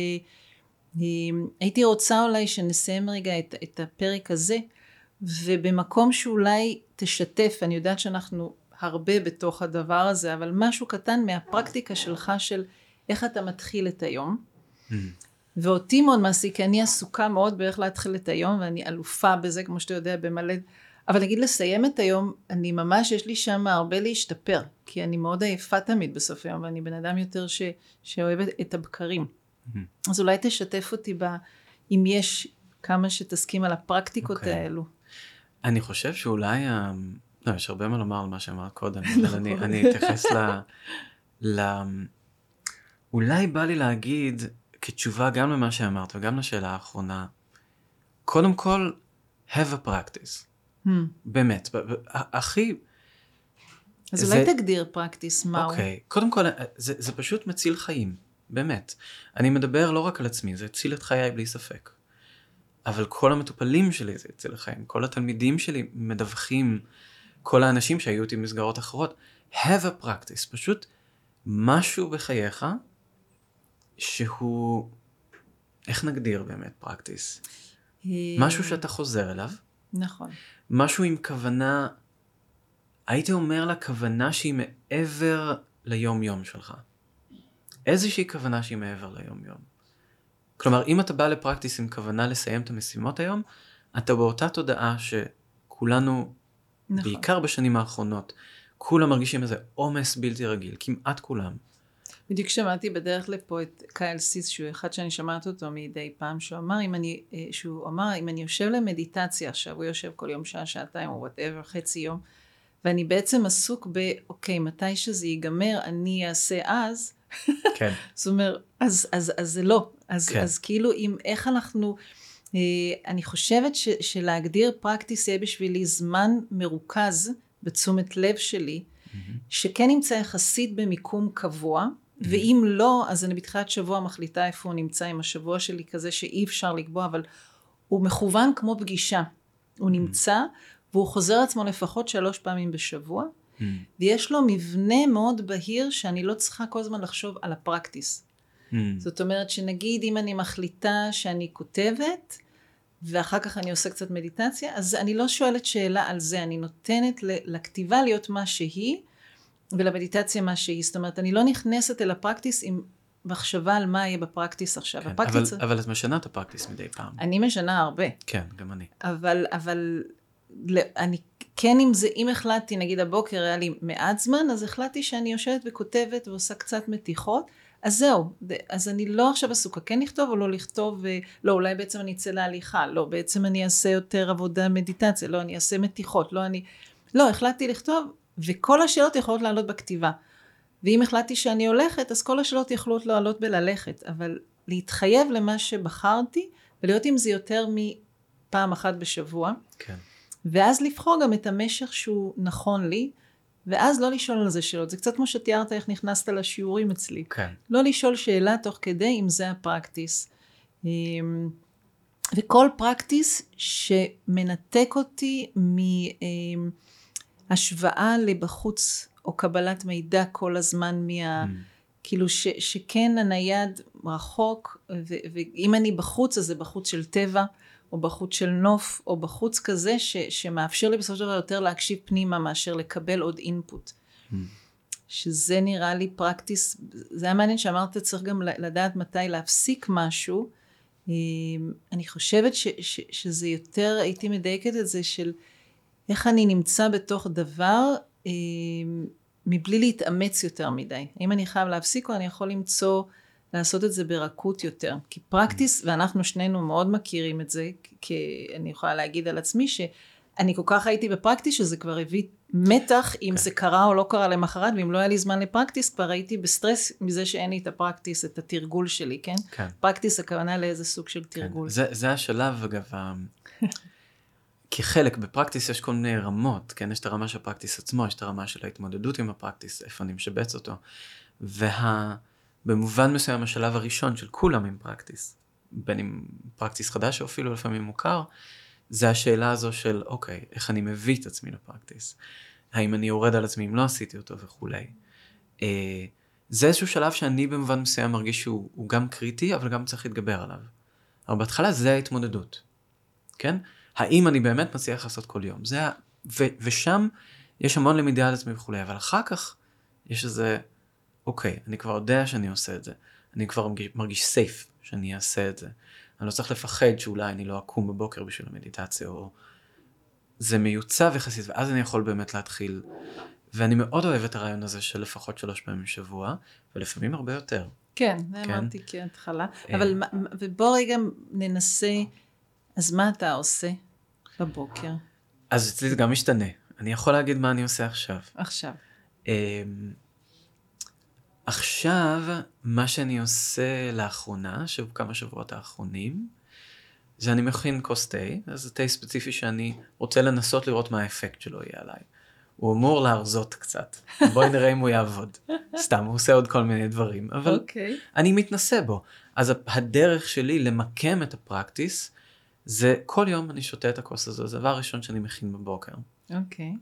שהייתי רוצה אולי שנסיים רגע את, את הפרק הזה, ובמקום שאולי תשתף, אני יודעת שאנחנו הרבה בתוך הדבר הזה, אבל משהו קטן מהפרקטיקה שלך של איך אתה מתחיל את היום. Mm. ואותי מאוד מעסיק, כי אני עסוקה מאוד באיך להתחיל את היום, ואני אלופה בזה, כמו שאתה יודע, במלא. אבל נגיד לסיים את היום, אני ממש, יש לי שם הרבה להשתפר, כי אני מאוד עייפה תמיד בסוף היום, ואני בן אדם יותר ש, שאוהב את הבקרים. Mm. אז אולי תשתף אותי בה, אם יש כמה שתסכים על הפרקטיקות okay. האלו. אני חושב שאולי... לא, יש הרבה מה לומר על מה שאמרת קודם, אבל אני, אני אתייחס ל, ל... אולי בא לי להגיד, כתשובה גם למה שאמרת, וגם לשאלה האחרונה, קודם כל, have a practice. Hmm. באמת, הכי... אז זה... אולי תגדיר practice, מהו? אוקיי, קודם כל, זה, זה פשוט מציל חיים. באמת. אני מדבר לא רק על עצמי, זה הציל את חיי בלי ספק. אבל כל המטופלים שלי זה הציל לחיים, כל התלמידים שלי מדווחים, כל האנשים שהיו איתי במסגרות אחרות, have a practice, פשוט משהו בחייך, שהוא, איך נגדיר באמת practice? משהו שאתה חוזר אליו. נכון. משהו עם כוונה, הייתי אומר לה כוונה שהיא מעבר ליום יום שלך. איזושהי כוונה שהיא מעבר ליום יום. כלומר, אם אתה בא לפרקטיס עם כוונה לסיים את המשימות היום, אתה באותה תודעה שכולנו, נכון. בעיקר בשנים האחרונות, כולם מרגישים איזה עומס בלתי רגיל, כמעט כולם. בדיוק שמעתי בדרך לפה את קייל סיס, שהוא אחד שאני שמעת אותו מדי פעם, שהוא אמר, אם אני, שהוא אמר, אם אני יושב למדיטציה עכשיו, הוא יושב כל יום שעה, שעתיים, או whatever, חצי יום, ואני בעצם עסוק ב, אוקיי, מתי שזה ייגמר, אני אעשה אז, כן. זאת אומרת, אז, אז, אז זה לא. אז, כן. אז כאילו, אם, איך אנחנו, אה, אני חושבת ש, שלהגדיר פרקטיס יהיה בשבילי זמן מרוכז בתשומת לב שלי, mm-hmm. שכן נמצא יחסית במיקום קבוע, mm-hmm. ואם לא, אז אני בתחילת שבוע מחליטה איפה הוא נמצא עם השבוע שלי כזה שאי אפשר לקבוע, אבל הוא מכוון כמו פגישה. הוא mm-hmm. נמצא, והוא חוזר עצמו לפחות שלוש פעמים בשבוע, mm. ויש לו מבנה מאוד בהיר שאני לא צריכה כל הזמן לחשוב על הפרקטיס. Mm. זאת אומרת שנגיד אם אני מחליטה שאני כותבת, ואחר כך אני עושה קצת מדיטציה, אז אני לא שואלת שאלה על זה, אני נותנת לכתיבה להיות מה שהיא, ולמדיטציה מה שהיא. זאת אומרת, אני לא נכנסת אל הפרקטיס עם מחשבה על מה יהיה בפרקטיס עכשיו. כן, הפרקטיס... אבל, אבל את משנה את הפרקטיס מדי פעם. אני משנה הרבה. כן, גם אני. אבל... אבל... אני כן, אם זה, אם החלטתי, נגיד הבוקר היה לי מעט זמן, אז החלטתי שאני יושבת וכותבת ועושה קצת מתיחות, אז זהו, אז אני לא עכשיו עסוקה, כן לכתוב או לא לכתוב, לא, אולי בעצם אני אצא להליכה, לא, בעצם אני אעשה יותר עבודה מדיטציה, לא, אני אעשה מתיחות, לא, אני, לא, החלטתי לכתוב, וכל השאלות יכולות לעלות בכתיבה, ואם החלטתי שאני הולכת, אז כל השאלות יכולות לעלות בללכת, אבל להתחייב למה שבחרתי, ולהיות עם זה יותר מפעם אחת בשבוע, כן. ואז לבחור גם את המשך שהוא נכון לי, ואז לא לשאול על זה שאלות. זה קצת כמו שתיארת איך נכנסת לשיעורים אצלי. כן. לא לשאול שאלה תוך כדי אם זה הפרקטיס. וכל פרקטיס שמנתק אותי מהשוואה לבחוץ, או קבלת מידע כל הזמן מה... Mm. כאילו ש, שכן הנייד רחוק, ו, ואם אני בחוץ, אז זה בחוץ של טבע, או בחוץ של נוף, או בחוץ כזה, ש, שמאפשר לי בסופו של דבר יותר להקשיב פנימה, מאשר לקבל עוד אינפוט. Mm. שזה נראה לי פרקטיס, זה היה מעניין שאמרת, צריך גם לדעת מתי להפסיק משהו. אני חושבת ש, ש, שזה יותר, הייתי מדייקת את זה, של איך אני נמצא בתוך דבר, מבלי להתאמץ יותר מדי. אם אני חייב להפסיק, או אני יכול למצוא, לעשות את זה ברכות יותר. כי פרקטיס, ואנחנו שנינו מאוד מכירים את זה, כי אני יכולה להגיד על עצמי, שאני כל כך הייתי בפרקטיס, שזה כבר הביא מתח, אם זה קרה או לא קרה למחרת, ואם לא היה לי זמן לפרקטיס, כבר הייתי בסטרס מזה שאין לי את הפרקטיס, את התרגול שלי, כן? כן. פרקטיס הכוונה לאיזה סוג של תרגול. כן. זה, זה השלב, אגב, כחלק, בפרקטיס יש כל מיני רמות, כן? יש את הרמה של הפרקטיס עצמו, יש את הרמה של ההתמודדות עם הפרקטיס, איפה אני משבץ אותו. וה... במובן מסוים השלב הראשון של כולם עם פרקטיס, בין אם פרקטיס חדש או אפילו לפעמים מוכר, זה השאלה הזו של, אוקיי, איך אני מביא את עצמי לפרקטיס? האם אני יורד על עצמי אם לא עשיתי אותו וכולי? אה, זה איזשהו שלב שאני במובן מסוים מרגיש שהוא גם קריטי, אבל גם צריך להתגבר עליו. אבל בהתחלה זה ההתמודדות, כן? האם אני באמת מצליח לעשות כל יום? זה, ו, ושם יש המון למידה על עצמי וכולי, אבל אחר כך יש איזה, אוקיי, אני כבר יודע שאני עושה את זה. אני כבר מרגיש, מרגיש סייף שאני אעשה את זה. אני לא צריך לפחד שאולי אני לא אקום בבוקר בשביל המדיטציה, או זה מיוצב יחסית, ואז אני יכול באמת להתחיל. ואני מאוד אוהב את הרעיון הזה של לפחות שלוש פעמים בשבוע, ולפעמים הרבה יותר. כן, זה כן. אמרתי כהתחלה. אבל ובוא רגע ננסה, אז מה אתה עושה בבוקר? אז אצלי זה גם משתנה. אני יכול להגיד מה אני עושה עכשיו. עכשיו. עכשיו, מה שאני עושה לאחרונה, כמה שבועות האחרונים, זה אני מכין כוס תה, אז זה תה ספציפי שאני רוצה לנסות לראות מה האפקט שלו יהיה עליי. הוא אמור להרזות קצת. בואי נראה אם הוא יעבוד. סתם, הוא עושה עוד כל מיני דברים, אבל אוקיי. אני מתנסה בו. אז הדרך שלי למקם את הפרקטיס, זה כל יום אני שותה את הכוס הזו, זה הדבר הראשון שאני מכין בבוקר. אוקיי.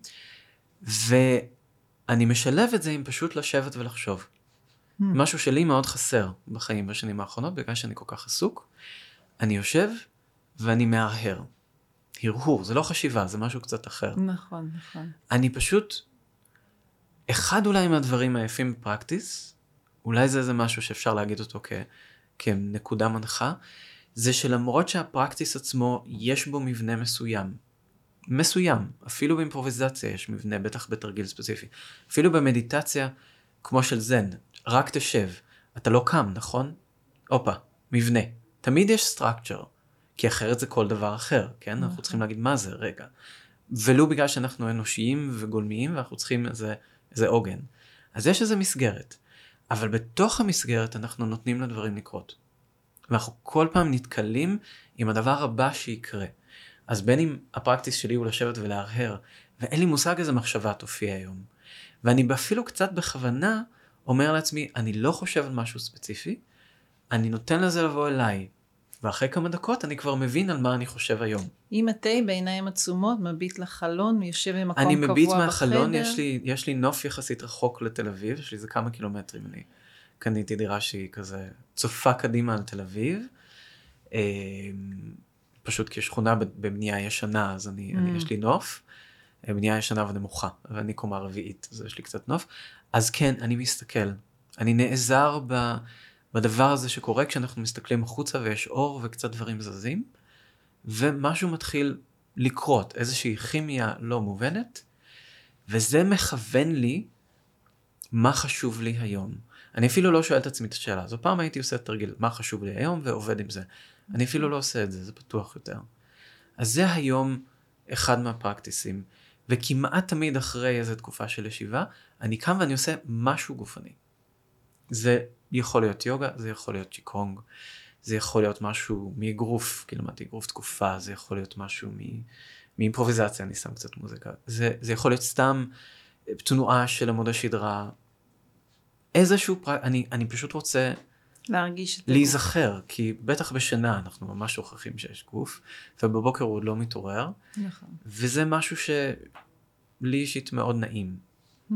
ואני משלב את זה עם פשוט לשבת ולחשוב. משהו שלי מאוד חסר בחיים בשנים האחרונות, בגלל שאני כל כך עסוק. אני יושב ואני מהרהר. הרהור, זה לא חשיבה, זה משהו קצת אחר. נכון, נכון. אני פשוט, אחד אולי מהדברים היפים בפרקטיס, אולי זה איזה משהו שאפשר להגיד אותו כ, כנקודה מנחה, זה שלמרות שהפרקטיס עצמו יש בו מבנה מסוים, מסוים, אפילו באימפרוביזציה יש מבנה, בטח בתרגיל ספציפי, אפילו במדיטציה כמו של זן, רק תשב, אתה לא קם, נכון? אופה, מבנה, תמיד יש סטרקצ'ר, כי אחרת זה כל דבר אחר, כן? אנחנו צריכים להגיד מה זה, רגע. ולו בגלל שאנחנו אנושיים וגולמיים, ואנחנו צריכים איזה, איזה עוגן. אז יש איזו מסגרת. אבל בתוך המסגרת אנחנו נותנים לדברים לקרות. ואנחנו כל פעם נתקלים עם הדבר הבא שיקרה. אז בין אם הפרקטיס שלי הוא לשבת ולהרהר, ואין לי מושג איזה מחשבה תופיע היום. ואני אפילו קצת בכוונה אומר לעצמי, אני לא חושב על משהו ספציפי, אני נותן לזה לבוא אליי. ואחרי כמה דקות אני כבר מבין על מה אני חושב היום. אם אתה בעיניים עצומות, מביט לחלון, יושב במקום קבוע בחדר. אני מביט מהחלון, יש לי, יש לי נוף יחסית רחוק לתל אביב, יש לי איזה כמה קילומטרים, אני קניתי דירה שהיא כזה צופה קדימה על תל אביב, פשוט כי שכונה בבנייה ישנה, אז אני, mm. אני, יש לי נוף, בנייה ישנה ונמוכה, ואני קומה רביעית, אז יש לי קצת נוף, אז כן, אני מסתכל, אני נעזר ב... בדבר הזה שקורה כשאנחנו מסתכלים החוצה ויש אור וקצת דברים זזים, ומשהו מתחיל לקרות, איזושהי כימיה לא מובנת, וזה מכוון לי מה חשוב לי היום. אני אפילו לא שואל את עצמי את השאלה, זו פעם הייתי עושה תרגיל, מה חשוב לי היום, ועובד עם זה. אני אפילו לא עושה את זה, זה פתוח יותר. אז זה היום אחד מהפרקטיסים, וכמעט תמיד אחרי איזו תקופה של ישיבה, אני קם ואני עושה משהו גופני. זה יכול להיות יוגה, זה יכול להיות צ'יקונג, זה יכול להיות משהו מאגרוף, כי למדתי אגרוף תקופה, זה יכול להיות משהו מאימפרוביזציה, אני שם קצת מוזיקה, זה, זה יכול להיות סתם תנועה של עמוד השדרה, איזשהו פרק, אני, אני פשוט רוצה להרגיש את להיזכר, הגוף. כי בטח בשינה אנחנו ממש שוכחים שיש גוף, ובבוקר הוא עוד לא מתעורר, נכון. וזה משהו שלי אישית מאוד נעים. Hmm,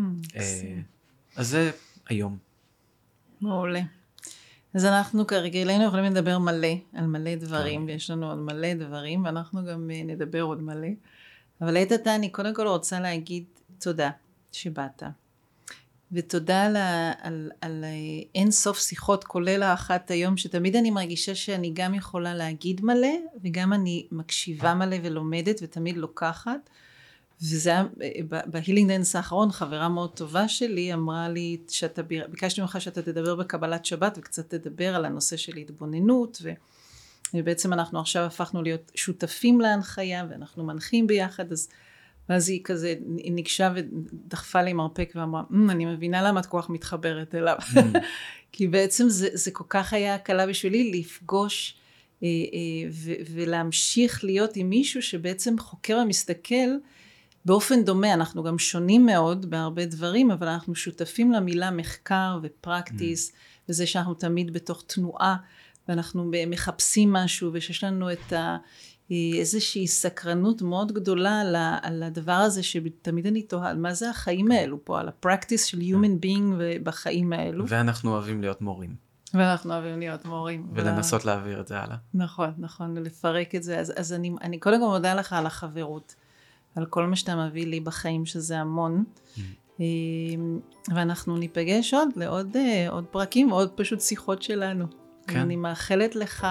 אז זה היום. מעולה. אז אנחנו כרגע יכולים לדבר מלא על מלא דברים, ויש לנו עוד מלא דברים, ואנחנו גם נדבר עוד מלא. אבל לעת עתה אני קודם כל רוצה להגיד תודה שבאת. ותודה על, על, על אין סוף שיחות, כולל האחת היום, שתמיד אני מרגישה שאני גם יכולה להגיד מלא, וגם אני מקשיבה מלא ולומדת, ותמיד לוקחת. וזה היה, בהילינג דנס האחרון, חברה מאוד טובה שלי אמרה לי, שאתה, ביקשתי ממך שאתה תדבר בקבלת שבת, וקצת תדבר על הנושא של התבוננות, ובעצם אנחנו עכשיו הפכנו להיות שותפים להנחיה, ואנחנו מנחים ביחד, אז, ואז היא כזה ניגשה ודחפה לי מרפק, ואמרה, אני מבינה למה את כל כך מתחברת אליו, כי בעצם זה, זה כל כך היה קלה בשבילי לפגוש, ו, ולהמשיך להיות עם מישהו שבעצם חוקר ומסתכל, באופן דומה, אנחנו גם שונים מאוד בהרבה דברים, אבל אנחנו שותפים למילה מחקר ופרקטיס, mm. וזה שאנחנו תמיד בתוך תנועה, ואנחנו מחפשים משהו, ושיש לנו את ה, איזושהי סקרנות מאוד גדולה על, על הדבר הזה, שתמיד אני תוהה, על מה זה החיים האלו פה, על הפרקטיס של human being בחיים האלו. ואנחנו אוהבים להיות מורים. ואנחנו אוהבים להיות מורים. ולנסות ו... להעביר את זה הלאה. נכון, נכון, ולפרק את זה. אז, אז אני, אני קודם כל מודה לך על החברות. על כל מה שאתה מביא לי בחיים, שזה המון. Mm. ואנחנו ניפגש עוד לעוד עוד פרקים, עוד פשוט שיחות שלנו. כן. ואני מאחלת לך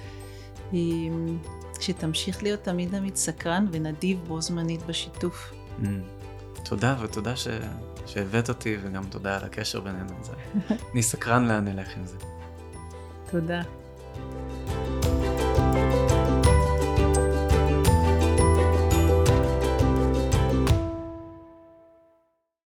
שתמשיך להיות תמיד תמיד סקרן ונדיב בו זמנית בשיתוף. Mm. תודה, ותודה ש... שהבאת אותי, וגם תודה על הקשר בינינו. אני סקרן לאן נלך עם זה. תודה.